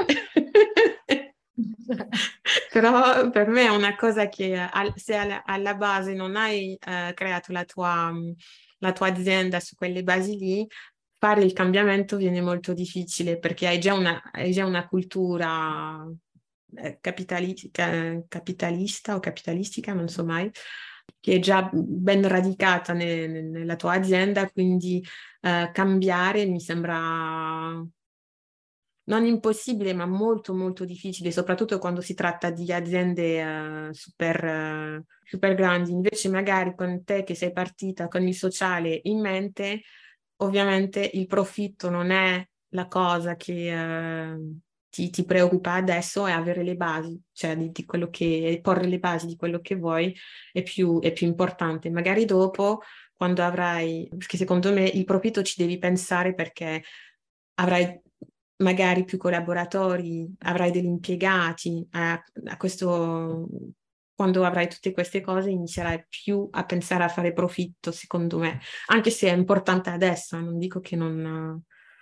Però per me è una cosa che al- se alla, alla base non hai eh, creato la tua, mh, la tua azienda su quelle basi lì, fare il cambiamento viene molto difficile perché hai già una, hai già una cultura eh, capitali- ca- capitalista o capitalistica, non so mai, che è già ben radicata ne- ne- nella tua azienda, quindi eh, cambiare mi sembra non impossibile, ma molto molto difficile, soprattutto quando si tratta di aziende eh, super, eh, super grandi. Invece magari con te che sei partita con il sociale in mente, ovviamente il profitto non è la cosa che eh, ti, ti preoccupa adesso è avere le basi, cioè di, di quello che, porre le basi di quello che vuoi è più, è più importante. Magari dopo, quando avrai, perché secondo me il profitto ci devi pensare perché avrai magari più collaboratori, avrai degli impiegati, a, a questo, quando avrai tutte queste cose inizierai più a pensare a fare profitto, secondo me, anche se è importante adesso, non dico che non...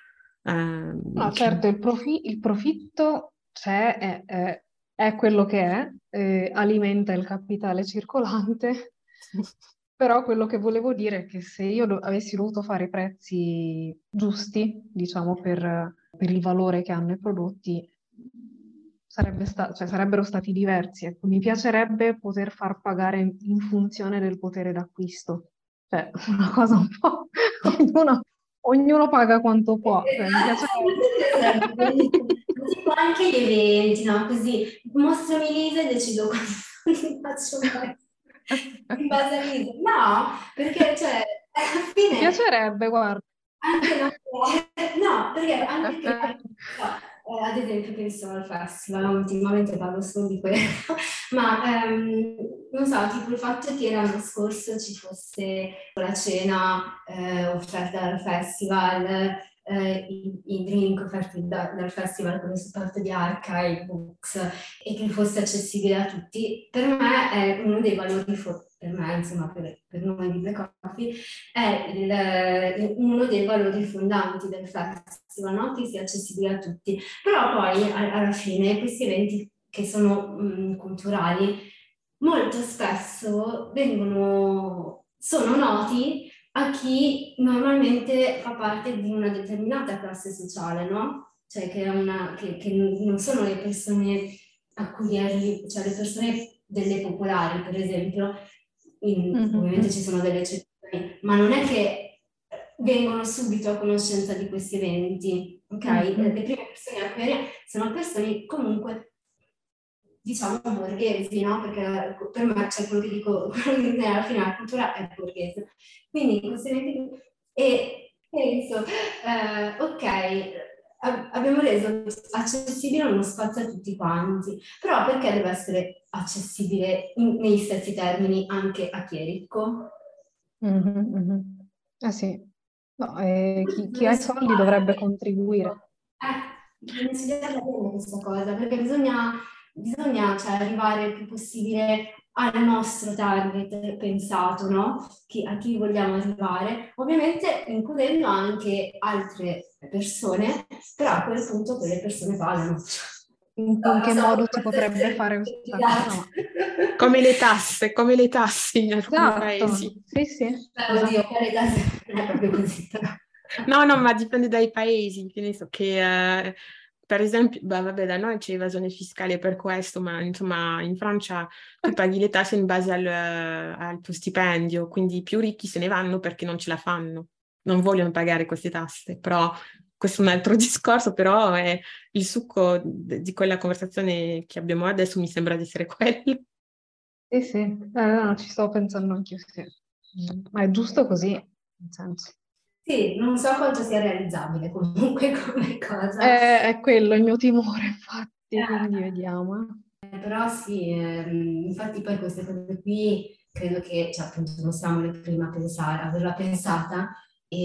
Uh, No, certo, il, profi- il profitto c'è, è, è- è quello che è, eh, alimenta il capitale circolante, però quello che volevo dire è che se io do- avessi dovuto fare i prezzi giusti, diciamo, per, per il valore che hanno i prodotti, sarebbe sta- cioè, sarebbero stati diversi. Ecco, mi piacerebbe poter far pagare in, in funzione del potere d'acquisto. Cioè, una cosa un po'... ognuno, ognuno paga quanto può. Cioè, mi piacerebbe... Tipo anche gli eventi, no? Così mostrami l'ISA e decido quanti faccio fare in base all'ISA. No, perché cioè alla Mi fine piacerebbe, guarda. anche no, no, perché anche che, no, eh, ad esempio penso al festival, ultimamente parlo solo di quello, ma ehm, non so, tipo il fatto che l'anno scorso ci fosse la cena eh, offerta dal festival, eh, i, i drink offerti da- dal festival come supporto di Archive Books e che fosse accessibile a tutti, per me è uno dei valori, fo- per me insomma per, per noi di Black Coffee, è il- uno dei valori fondanti del festival, no? Che sia accessibile a tutti. Però poi a- alla fine questi eventi che sono mh, culturali molto spesso vengono, sono noti a chi normalmente fa parte di una determinata classe sociale, no? Cioè che, è una, che, che non sono le persone a cui arrivi, cioè le persone delle popolari, per esempio, in- Mhm. ovviamente ci sono delle eccezioni, ma non è che vengono subito a conoscenza di questi eventi, ok? Mhm. Le prime persone a cui arrivano sono persone comunque, diciamo, borghesi, no? Perché per me, cioè, quello che dico, alla fine la cultura è borghese. Quindi questi eventi, e penso, eh, ok, ab- abbiamo reso accessibile uno spazio a tutti quanti, però perché deve essere accessibile in- negli stessi termini anche a chi è ricco? Mhm, mhm. Eh sì, no, eh, chi, chi ha Non i si soldi parla dovrebbe di- contribuire. Eh, non si deve bene questa cosa, perché bisogna, bisogna cioè, arrivare il più possibile al nostro target pensato, no? Chi- a chi vogliamo arrivare, ovviamente includendo anche altre persone, però a quel punto quelle persone pagano. In, No, in che facciamo modo si questa potrebbe fare questa cosa? Ma... Come le tasse, come le tasse in alcuni Esatto, paesi. sì, sì. Eh, oddio, fare da non è proprio così, però. No, no, ma dipende dai paesi, che ne so, che eh, per esempio, beh, vabbè, da noi c'è evasione fiscale per questo, ma insomma in Francia tu paghi le tasse in base al, al tuo stipendio, quindi i più ricchi se ne vanno perché non ce la fanno, non vogliono pagare queste tasse, però questo è un altro discorso, però è il succo d- di quella conversazione che abbiamo adesso mi sembra di essere quello. Sì, sì, eh, no, ci sto pensando anch'io, sì. Mm, ma è giusto così, nel senso. Sì, non so quanto sia realizzabile comunque come cosa. È, è quello il mio timore, infatti, Eh, quindi vediamo. Eh, Però sì, ehm, infatti poi queste cose qui credo che, cioè, appunto, non siamo le prime a pensare, a averla pensata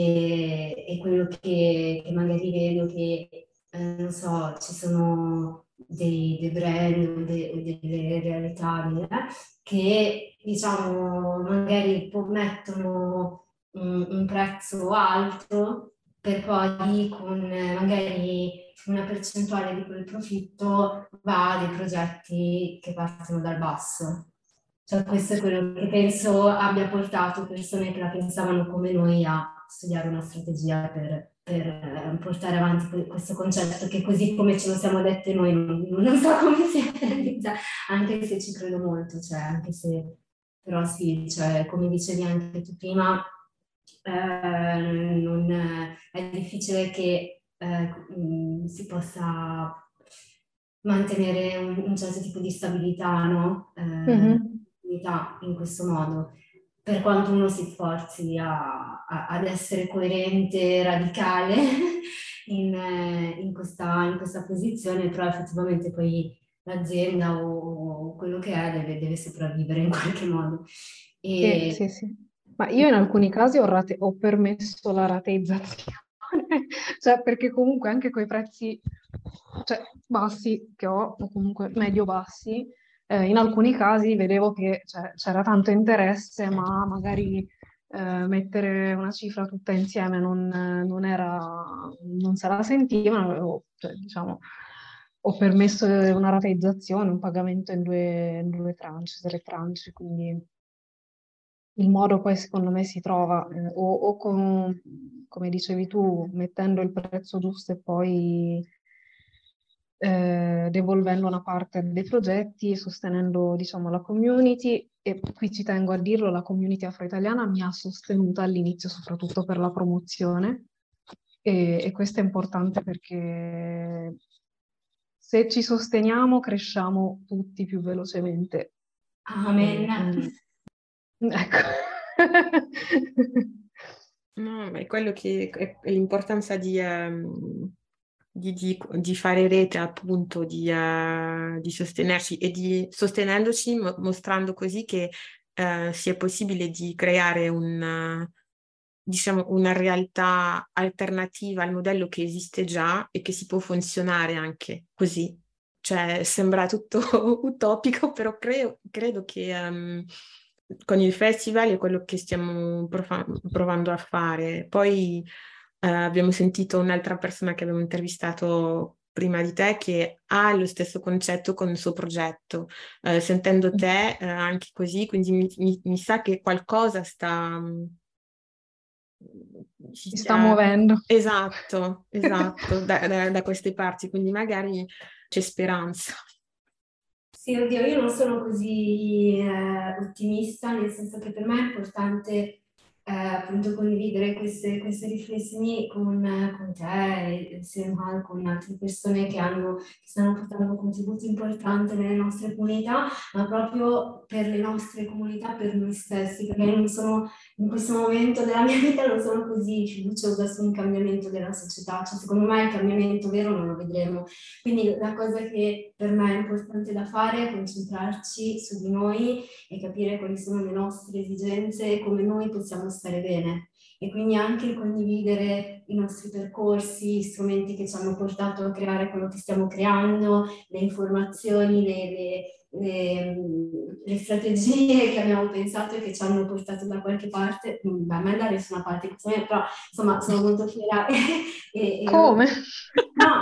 e, e quello che, che magari vedo che, eh, non so, ci sono dei, dei brand o, de- o delle realtà eh, che, diciamo, magari po- mettono un, un prezzo alto per poi con eh, magari una percentuale di quel profitto va a dei progetti che partono dal basso. Cioè, questo è quello che penso abbia portato persone che la pensavano come noi a studiare una strategia per, per eh, portare avanti que- questo concetto che così come ce lo siamo dette noi non, non so come si realizza, anche se ci credo molto, cioè anche se però sì, cioè, come dicevi anche tu prima, eh, non, è difficile che eh, mh, si possa mantenere un, un certo tipo di stabilità, no? Eh, Mhm. unità in questo modo. per quanto uno si sforzi a, a, ad essere coerente, radicale in, in, questa, in questa posizione, però effettivamente poi l'azienda o, o quello che è deve, deve sopravvivere in qualche modo. E, sì, sì, sì. Ma io in alcuni casi ho, rate- ho permesso la rateizzazione, cioè perché comunque anche coi prezzi cioè, bassi che ho, o comunque medio-bassi, eh, in alcuni casi vedevo che cioè, c'era tanto interesse, ma magari eh, mettere una cifra tutta insieme non, non era, non se la sentivano, o, cioè, diciamo, ho permesso una rateizzazione, un pagamento in due, in due tranche, tre tranche, quindi il modo poi secondo me si trova eh, o, o con, come dicevi tu, mettendo il prezzo giusto e poi eh, devolvendo una parte dei progetti, sostenendo diciamo la community, e qui ci tengo a dirlo, la community afro-italiana mi ha sostenuta all'inizio soprattutto per la promozione e, e questo è importante perché se ci sosteniamo cresciamo tutti più velocemente. Amen. Quindi, ecco. No, è quello che è l'importanza di, um, di, di, di fare rete, appunto, di, uh, di sostenerci e di sostenendoci, mo- mostrando così che uh, sia possibile di creare un, uh, diciamo, una realtà alternativa al modello che esiste già e che si può funzionare anche così. Cioè, sembra tutto utopico, però creo, credo che um, con il festival è quello che stiamo profa- provando a fare. Poi eh, abbiamo sentito un'altra persona che abbiamo intervistato prima di te che ha lo stesso concetto con il suo progetto. Eh, sentendo te eh, anche così, quindi mi, mi- mi sa che qualcosa sta... Si sta muovendo. Esatto, esatto, da, da- da queste parti, quindi magari c'è speranza. Sì, oddio, io non sono così eh, ottimista, nel senso che per me è importante eh, appunto condividere queste, queste riflessioni con, con te e Semhal, con altre persone che, hanno, che stanno portando contributi importanti nelle nostre comunità, ma proprio per le nostre comunità, per noi stessi, perché io non sono, in questo momento della mia vita non sono così fiduciosa su un cambiamento della società, cioè secondo me il cambiamento vero non lo vedremo. Quindi la cosa che per me è importante da fare è concentrarci su di noi e capire quali sono le nostre esigenze e come noi possiamo stare bene. E quindi anche il condividere i nostri percorsi, gli strumenti che ci hanno portato a creare quello che stiamo creando, le informazioni, le, le, le, le strategie che abbiamo pensato e che ci hanno portato da qualche parte, beh, a me da nessuna parte, però insomma sono molto fiera. e, e Come? No,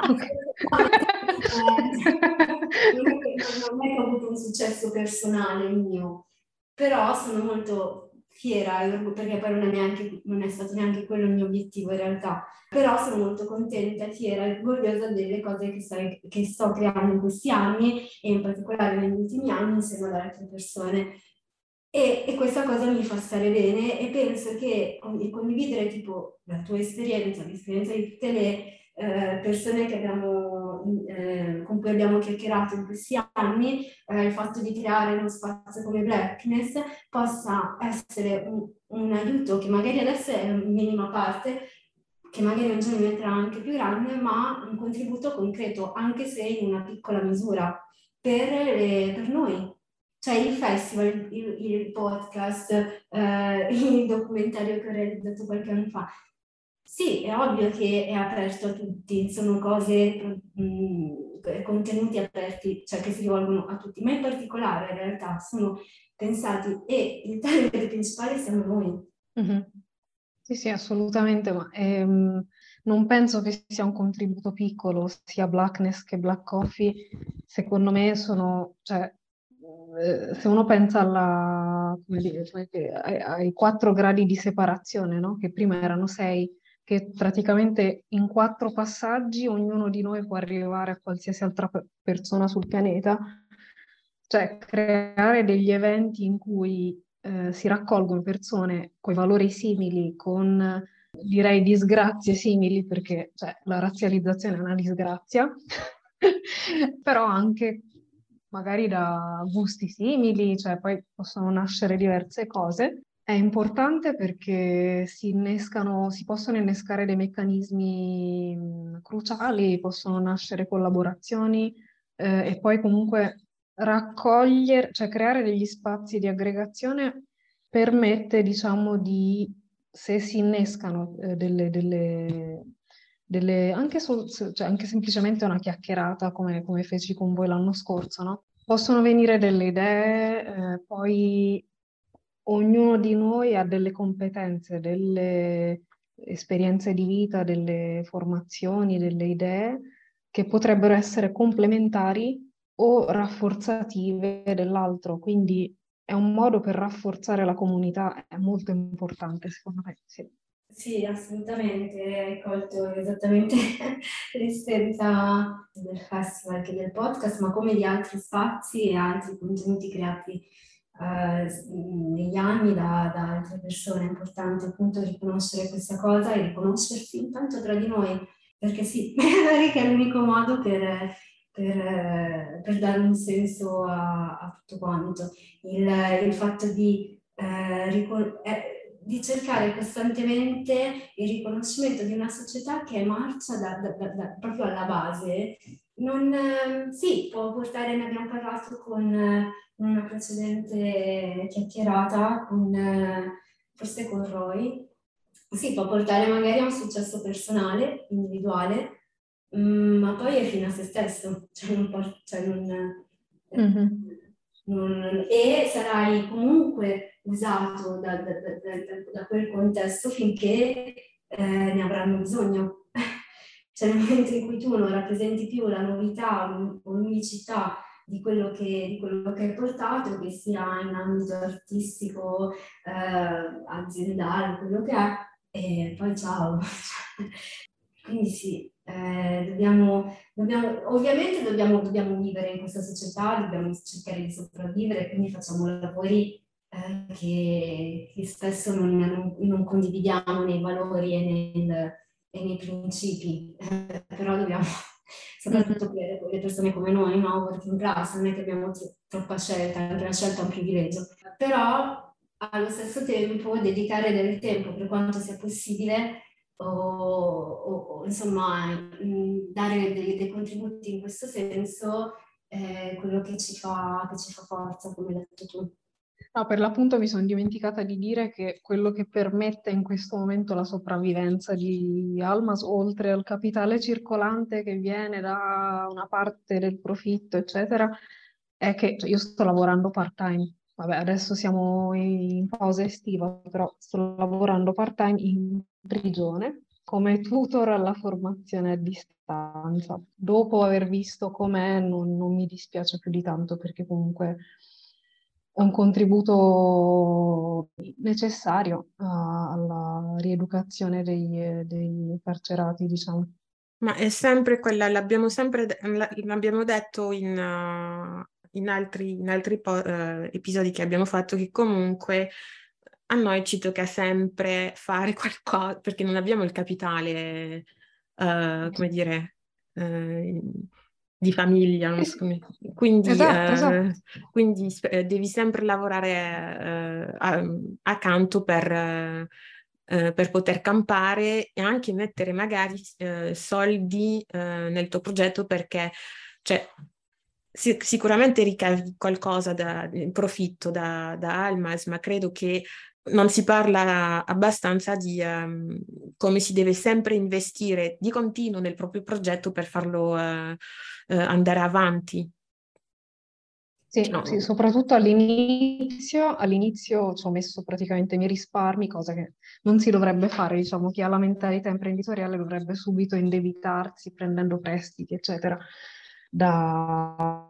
non è che non è che ho avuto un successo personale mio, però sono molto fiera, perché poi non è, neanche, non è stato neanche quello il mio obiettivo in realtà, però sono molto contenta, fiera e orgogliosa delle cose che, stai, che sto creando in questi anni e in particolare negli ultimi anni insieme ad altre persone. E, e questa cosa mi fa stare bene e penso che condividere tipo la tua esperienza, l'esperienza di tutte le eh, persone che abbiamo, eh, con cui abbiamo chiacchierato in questi anni, eh, il fatto di creare uno spazio come Blackness possa essere un, un aiuto che magari adesso è in minima parte, che magari un giorno diventerà anche più grande, ma un contributo concreto, anche se in una piccola misura, per, le, per noi. Cioè il festival, il, il podcast, eh, il documentario che ho realizzato qualche anno fa. Sì, è ovvio che è aperto a tutti, sono cose, mh, contenuti aperti, cioè che si rivolgono a tutti, ma in particolare in realtà sono pensati e il target principale siamo noi. Mm-hmm. Sì, sì, assolutamente, ma ehm, non penso che sia un contributo piccolo, sia Blackness che Black Coffee. Secondo me sono, cioè, eh, se uno pensa alla, come dire, ai, ai quattro gradi di separazione, no? Che prima erano sei, che praticamente in quattro passaggi ognuno di noi può arrivare a qualsiasi altra pe- persona sul pianeta, cioè creare degli eventi in cui eh, si raccolgono persone con valori simili, con direi disgrazie simili, perché cioè, la razzializzazione è una disgrazia, però anche magari da gusti simili, cioè poi possono nascere diverse cose. È importante perché si innescano, si possono innescare dei meccanismi mh, cruciali, possono nascere collaborazioni eh, e poi comunque raccogliere, cioè creare degli spazi di aggregazione permette, diciamo, di, se si innescano eh, delle, delle, delle- anche, sol- cioè, anche semplicemente una chiacchierata come, come feci con voi l'anno scorso, no? Possono venire delle idee, eh, poi ognuno di noi ha delle competenze, delle esperienze di vita, delle formazioni, delle idee che potrebbero essere complementari o rafforzative dell'altro. Quindi è un modo per rafforzare la comunità, è molto importante secondo me. Sì. Sì, assolutamente, hai colto esattamente l'essenza del festival che del podcast, ma come di altri spazi e altri contenuti creati eh, negli anni da, da altre persone. È importante appunto riconoscere questa cosa e riconoscersi intanto tra di noi, perché sì, magari che è l'unico modo per, per, per dare un senso a, a tutto quanto. Il, il fatto di eh, ricor- eh, di cercare costantemente il riconoscimento di una società che marcia da, da, da, da, proprio alla base, non, eh, sì, può portare, ne abbiamo parlato con eh, una precedente chiacchierata, con, eh, forse con Roy, sì, può portare magari a un successo personale, individuale, mh, ma poi è fine a se stesso, cioè non, può, cioè non, eh, Mm-hmm. non, e sarai comunque usato da, da, da, da, da quel contesto finché eh, ne avranno bisogno. Cioè nel momento in cui tu non rappresenti più la novità o l'unicità di quello che, di quello che hai portato, che sia in ambito artistico, eh, aziendale, quello che è, e poi ciao. Quindi sì, eh, dobbiamo, dobbiamo, ovviamente dobbiamo, dobbiamo vivere in questa società, dobbiamo cercare di sopravvivere, quindi facciamo lavori eh, che, che spesso non, non, non condividiamo nei valori e, nel, e nei principi, eh, però dobbiamo, soprattutto per le persone come noi, no? Working class, non è che abbiamo troppa scelta, anche la scelta è un privilegio, però allo stesso tempo dedicare del tempo per quanto sia possibile o, o, o insomma mh, dare dei, dei contributi in questo senso è quello che ci fa, che ci fa forza, come hai detto tu. No, per l'appunto mi sono dimenticata di dire che quello che permette in questo momento la sopravvivenza di Almas, oltre al capitale circolante che viene da una parte del profitto, eccetera, è che cioè, io sto lavorando part-time. Vabbè, adesso siamo in pausa estiva, però sto lavorando part-time in prigione come tutor alla formazione a distanza. Dopo aver visto com'è, non, non mi dispiace più di tanto perché comunque è un contributo necessario uh, alla rieducazione dei, dei carcerati, diciamo. Ma è sempre quella, l'abbiamo sempre l'abbiamo detto in, uh, in altri, in altri po- uh, episodi che abbiamo fatto, che comunque a noi ci tocca sempre fare qualcosa, perché non abbiamo il capitale, uh, come dire, uh, di famiglia, non so come- quindi, Esatto, eh, esatto. quindi eh, devi sempre lavorare eh, a- accanto per, eh, eh, per poter campare e anche mettere magari eh, soldi eh, nel tuo progetto, perché cioè, si- sicuramente ricavi qualcosa da in profitto da, da Almas, ma credo che non si parla abbastanza di ehm, come si deve sempre investire di continuo nel proprio progetto per farlo eh, eh, andare avanti. Sì, No. sì, soprattutto all'inizio, all'inizio ci ho messo praticamente i miei risparmi, cosa che non si dovrebbe fare, diciamo, chi ha la mentalità imprenditoriale dovrebbe subito indebitarsi prendendo prestiti, eccetera, da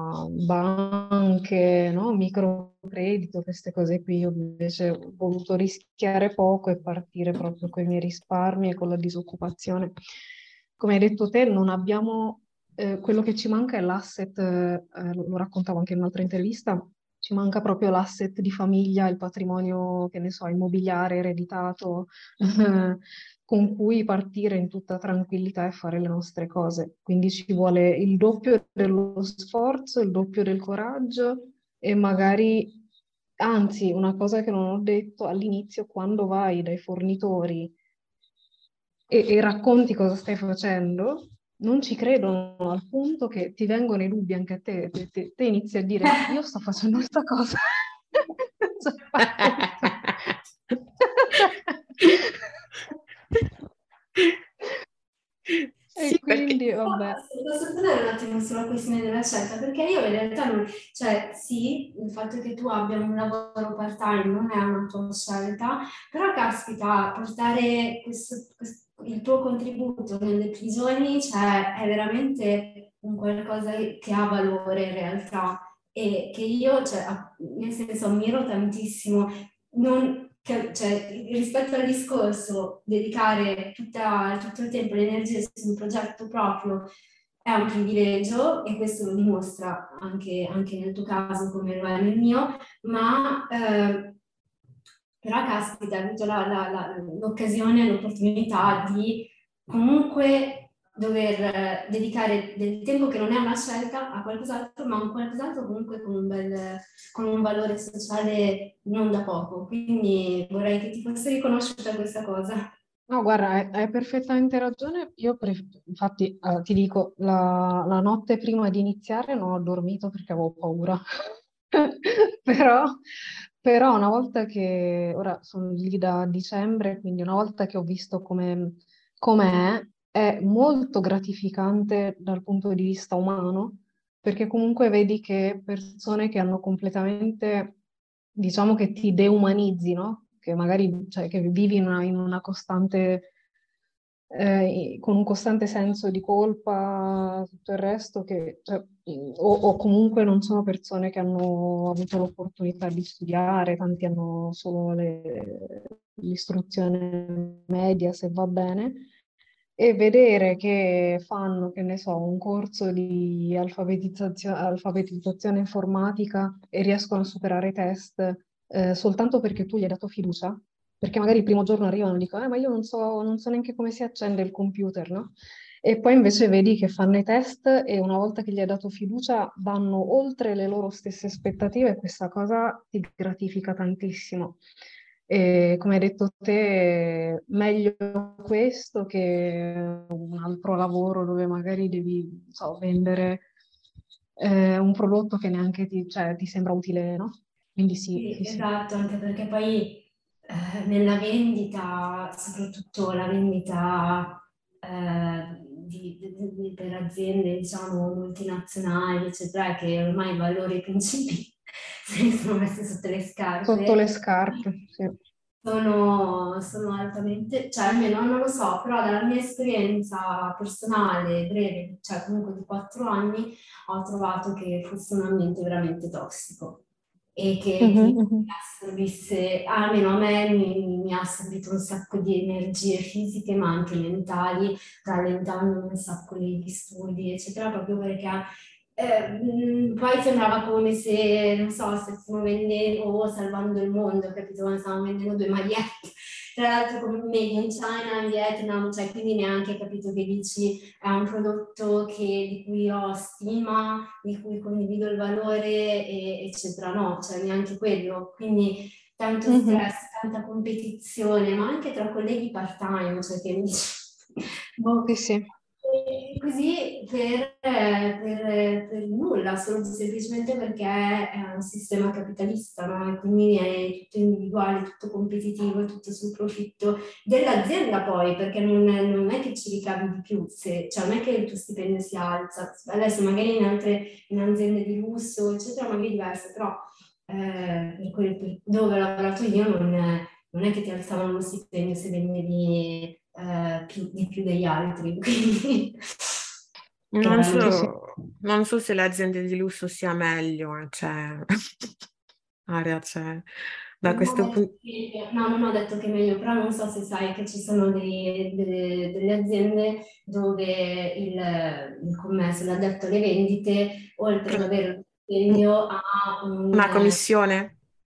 banche, no? Microcredito, queste cose qui. Io invece ho voluto rischiare poco e partire proprio con i miei risparmi e con la disoccupazione. Come hai detto te, non abbiamo eh, quello che ci manca è l'asset, eh, lo raccontavo anche in un'altra intervista, ci manca proprio l'asset di famiglia, il patrimonio, che ne so, immobiliare, ereditato, con cui partire in tutta tranquillità e fare le nostre cose. Quindi ci vuole il doppio dello sforzo, il doppio del coraggio e magari Anzi, una cosa che non ho detto all'inizio, quando vai dai fornitori e, e racconti cosa stai facendo, non ci credono al punto che ti vengono i dubbi anche a te, te, te- te inizi a dire io sto facendo questa cosa. Cioè, Sì, e quindi, perché vabbè. Posso tornare un attimo sulla questione della scelta? Perché io in realtà non, cioè sì, il fatto che tu abbia un lavoro part-time non è una tua scelta, però caspita, portare questo, questo- il tuo contributo nelle prigioni, cioè, è veramente un qualcosa che ha valore in realtà e che io, cioè, a- nel senso, ammiro tantissimo. Non, che- cioè, rispetto al discorso, dedicare tutta- tutto il tempo e le energie su un progetto proprio è un privilegio e questo lo dimostra anche, anche nel tuo caso come lo è nel mio, ma eh, però caspita, hai avuto la- la- la- l'occasione, l'opportunità di comunque dover eh, dedicare del tempo che non è una scelta a qualcos'altro, ma un qualcos'altro comunque con un bel, con un valore sociale non da poco. Quindi vorrei che ti fosse riconosciuta questa cosa. No, guarda, hai, hai perfettamente ragione. Io, pref- infatti, eh, ti dico, la, la notte prima di iniziare non ho dormito perché avevo paura. Però, però una volta che, ora sono lì da dicembre, quindi una volta che ho visto come com'è, è molto gratificante dal punto di vista umano, perché comunque vedi che persone che hanno completamente, diciamo che ti deumanizzi, no? Che magari, cioè, che vivi in una, in una costante, eh, con un costante senso di colpa, tutto il resto, che, cioè, o, o comunque non sono persone che hanno avuto l'opportunità di studiare, tanti hanno solo le- l'istruzione media, se va bene, e vedere che fanno, che ne so, un corso di alfabetizzazione, alfabetizzazione informatica e riescono a superare i test eh, soltanto perché tu gli hai dato fiducia, perché magari il primo giorno arrivano e dicono, eh, ma io non so, non so neanche come si accende il computer, no? E poi invece vedi che fanno i test e una volta che gli hai dato fiducia vanno oltre le loro stesse aspettative e questa cosa ti gratifica tantissimo. E come hai detto te, meglio questo che un altro lavoro dove magari devi, non so, vendere eh, un prodotto che neanche ti, cioè, ti sembra utile, no? Quindi sì, Sì, sì, sì. esatto, anche perché poi eh, nella vendita, soprattutto la vendita eh, di- di- di- per aziende, diciamo, multinazionali, eccetera, che ormai i valori e i principi se li sono messi sotto le Sotto le scarpe, scarpe, sì. sono, sono altamente, cioè almeno non lo so, però dalla mia esperienza personale, breve, cioè comunque di quattro anni, ho trovato che fosse un ambiente veramente tossico e che Mhm, ti mhm. assorbisse, almeno a me mi, mi ha assorbito un sacco di energie fisiche ma anche mentali, rallentando un sacco gli studi, eccetera, proprio perché eh, mh, poi sembrava come se, non so, stessimo vendendo o salvando il mondo, capito? Quando stavamo vendendo due magliette, tra l'altro come made in China, in Vietnam, cioè quindi neanche capito che dici è un prodotto che, di cui ho stima, di cui condivido il valore, e, eccetera. No, cioè neanche quello. Quindi tanto Mhm. stress, tanta competizione, ma anche tra colleghi part-time, cioè che dici, boh. Sì, sì. E così per, per, per nulla, solo semplicemente perché è un sistema capitalista, no? E quindi è tutto individuale, tutto competitivo, tutto sul profitto dell'azienda poi, perché non, non è che ci ricavi di più, se, cioè non è che il tuo stipendio si alza, adesso magari in altre in aziende di lusso, eccetera, magari è diverso, però eh, per quel, per dove ho lavorato io non, non è che ti alzavano lo stipendio se vendevi eh, più, di più degli altri, quindi non erano- Sì, sì. so, non so se le aziende di lusso sia meglio, eh, cioè, Aria, cioè, da Non ho questo detto punto... che- no, non ho detto che è meglio, però non so se sai che ci sono dei- delle, delle aziende dove il, il commesso, l'addetto alle vendite, oltre ad avere lo stipendio, ha un, Una commissione?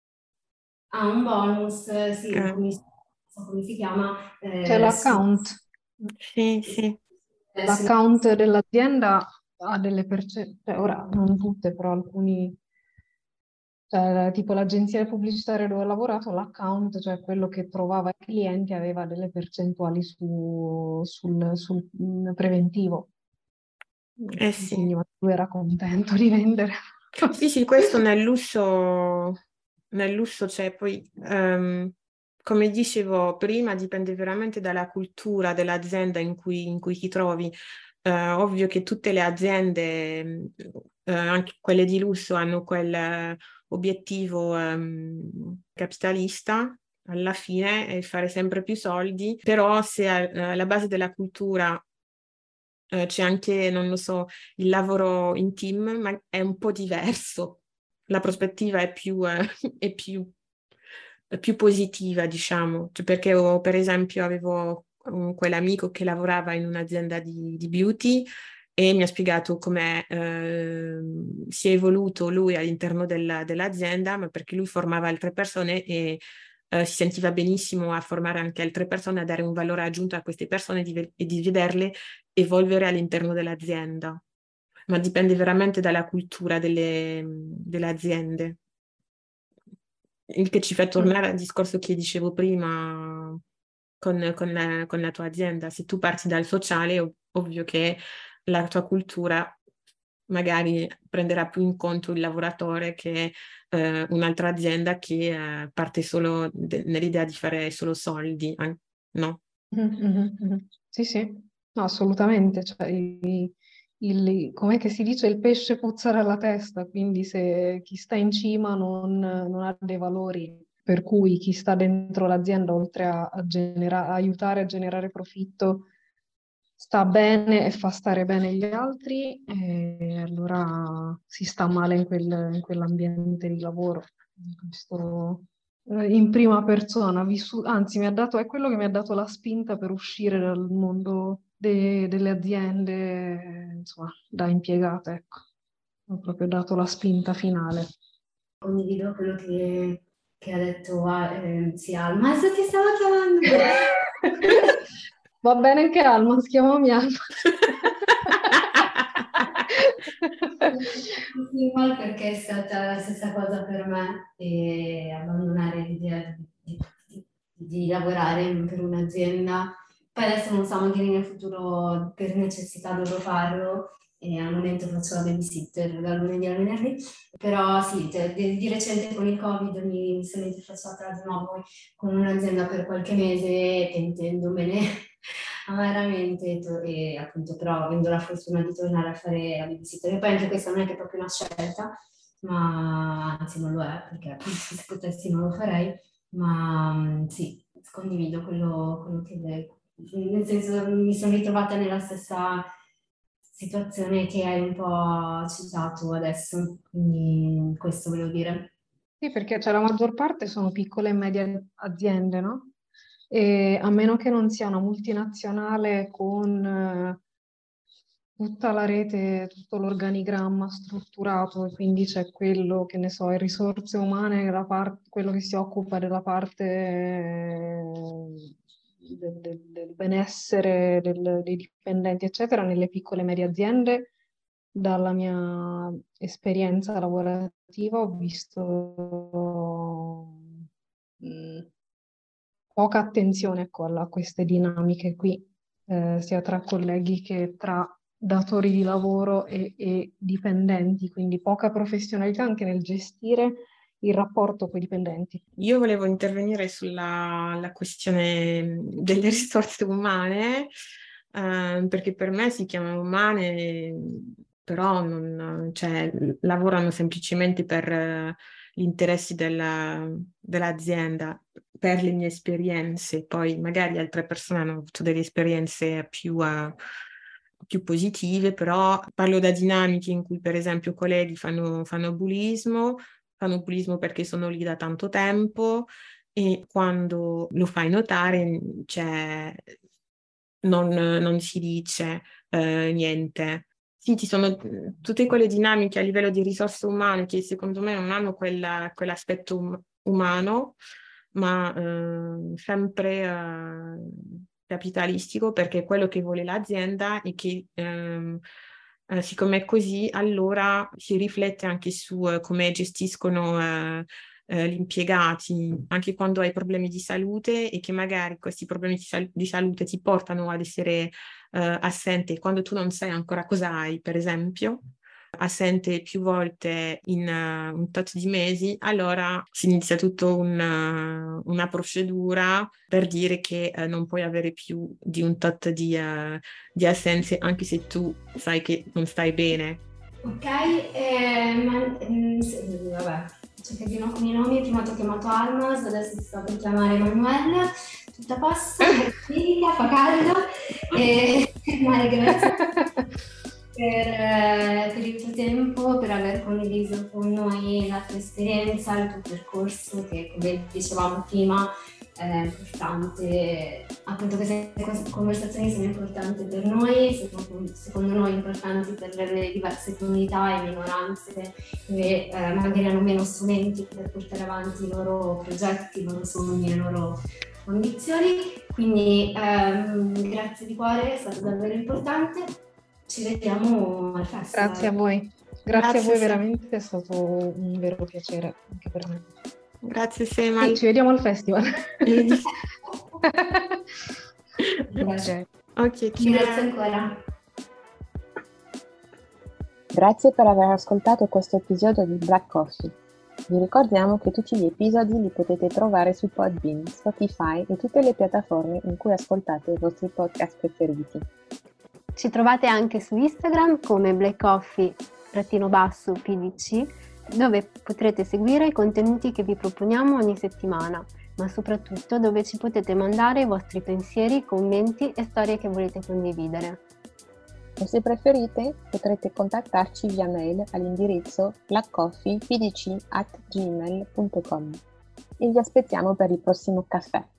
ha un bonus, sì, un Eh, commiss- non so come si chiama, C'è eh, su, l'account. sì, sì. eh, sulla L'account dell'azienda ha delle percentuali, ora non tutte, però alcuni Cioè, tipo l'agenzia pubblicitaria dove ho lavorato, l'account, cioè quello che trovava i clienti, aveva delle percentuali su, sul, sul mm, preventivo. Eh sì. Quindi lui era contento di vendere. Sì, sì, questo nel lusso, nel lusso c'è poi, ehm, come dicevo prima, dipende veramente dalla cultura dell'azienda in cui, in cui ti trovi. Eh, ovvio che tutte le aziende, eh, anche quelle di lusso, hanno quel eh, obiettivo ehm, capitalista alla fine, è fare sempre più soldi, però se eh, alla base della cultura eh, c'è anche, non lo so, il lavoro in team, ma è un po' diverso. La prospettiva è più, eh, è più, è più positiva, diciamo. Cioè, perché ho, per esempio, avevo um, quell'amico che lavorava in un'azienda di, di beauty e mi ha spiegato come eh, si è evoluto lui all'interno della- dell'azienda, ma perché lui formava altre persone e eh, si sentiva benissimo a formare anche altre persone, a dare un valore aggiunto a queste persone e di, ve- e di vederle evolvere all'interno dell'azienda. Ma dipende veramente dalla cultura delle, delle aziende. Il che ci fa tornare al discorso che dicevo prima con, con la, con la tua azienda. Se tu parti dal sociale, è ov- ovvio che la tua cultura magari prenderà più in conto il lavoratore che eh, un'altra azienda che eh, parte solo de- nell'idea di fare solo soldi, an- no? Mhm, mhm, mhm. Sì, sì, no, assolutamente. Cioè, i- il, com'è che si dice? Il pesce puzza dalla testa, quindi se chi sta in cima non, non ha dei valori, per cui chi sta dentro l'azienda, oltre a, a genera- a aiutare a generare profitto, sta bene e fa stare bene gli altri, e allora si sta male in quel- in quell'ambiente di lavoro. Questo eh, in prima persona, vissu- anzi, mi ha dato, è quello che mi ha dato la spinta per uscire dal mondo de- delle aziende, eh, insomma, da impiegata, ecco. Mi ha proprio dato la spinta finale. Condivido quello che, che ha detto ah, eh, sì, Alma, se ti stavo chiamando. Va bene che Alma, chiamami Alma. Sì, mal perché è stata la stessa cosa per me e abbandonare l'idea di, di- di lavorare per un'azienda. Poi adesso non so, magari nel futuro per necessità dovrò farlo e al momento faccio la babysitter dal lunedì al venerdì, però sì, cioè, di, di recente con il Covid mi sono interfacciata di nuovo con un'azienda per qualche mese pentendomene amaramente to- e appunto però avendo la fortuna di tornare a fare la babysitter e poi anche questa non è che è proprio una scelta, ma anzi non lo è perché appunto se potessi non lo farei, ma mm, sì, condivido quello, quello che nel senso mi sono ritrovata nella stessa situazione che hai un po' citato adesso, quindi questo volevo dire. Sì, perché cioè, la maggior parte sono piccole e medie aziende, no? E a meno che non sia una multinazionale con eh, tutta la rete, tutto l'organigramma strutturato, e quindi c'è quello che ne so, le risorse umane, la par- quello che si occupa della parte eh, del, del- del benessere del- dei dipendenti, eccetera, nelle piccole e medie aziende. Dalla mia esperienza lavorativa ho visto mh, poca attenzione, ecco, alla- a queste dinamiche qui, eh, sia tra colleghi che tra datori di lavoro e, e dipendenti, quindi poca professionalità anche nel gestire il rapporto con i dipendenti. Io volevo intervenire sulla la questione delle risorse umane, eh, perché per me si chiamano umane, però non, cioè, lavorano semplicemente per eh, gli interessi della- dell'azienda, per le mie esperienze. Poi magari altre persone hanno avuto delle esperienze più, eh, più positive, però parlo da dinamiche in cui, per esempio, colleghi fanno, fanno bullismo fanno bullismo perché sono lì da tanto tempo e quando lo fai notare cioè, non, non si dice eh, niente. Sì, ci sono tutte quelle dinamiche a livello di risorse umane che secondo me non hanno quella- quell'aspetto um- umano, ma eh, sempre eh, capitalistico perché quello che vuole l'azienda è che ehm, Eh, siccome è così, allora si riflette anche su eh, come gestiscono eh, eh, gli impiegati, anche quando hai problemi di salute e che magari questi problemi di, sal- di salute ti portano ad essere eh, assente quando tu non sai ancora cosa hai, per esempio, assente più volte in uh, un tot di mesi, allora si inizia tutta un, uh, una procedura per dire che uh, non puoi avere più di un tot di, uh, di assenze, anche se tu sai che non stai bene. Ok, eh, ma, mm, sì, vabbè, c'è che di no con i nomi, prima ti ho chiamato Almas, adesso ti sto per chiamare Emanuele, tutta a posto, figlia, fa caldo, e male, grazie. Per, eh, per il tuo tempo, per aver condiviso con noi la tua esperienza, il tuo percorso che, come dicevamo prima, è importante, appunto queste conversazioni sono importanti per noi, secondo, secondo noi importanti per le diverse comunità e minoranze che eh, magari hanno meno strumenti per portare avanti i loro progetti, i loro sogni, le loro ambizioni. Quindi ehm, grazie di cuore, è stato davvero importante. Ci vediamo al festival. Grazie a voi. Grazie, Grazie a voi, veramente è stato un vero piacere anche per me. Grazie Sema. Ci vediamo al festival. Grazie. Okay, grazie ancora. Grazie per aver ascoltato questo episodio di Black Coffee. Vi ricordiamo che tutti gli episodi li potete trovare su Podbean, Spotify e tutte le piattaforme in cui ascoltate i vostri podcast preferiti. Ci trovate anche su Instagram come Black Coffee basso P D C, dove potrete seguire i contenuti che vi proponiamo ogni settimana, ma soprattutto dove ci potete mandare i vostri pensieri, commenti e storie che volete condividere. O se preferite potrete contattarci via mail all'indirizzo blackcoffeepdc at gmail punto com e vi aspettiamo per il prossimo caffè.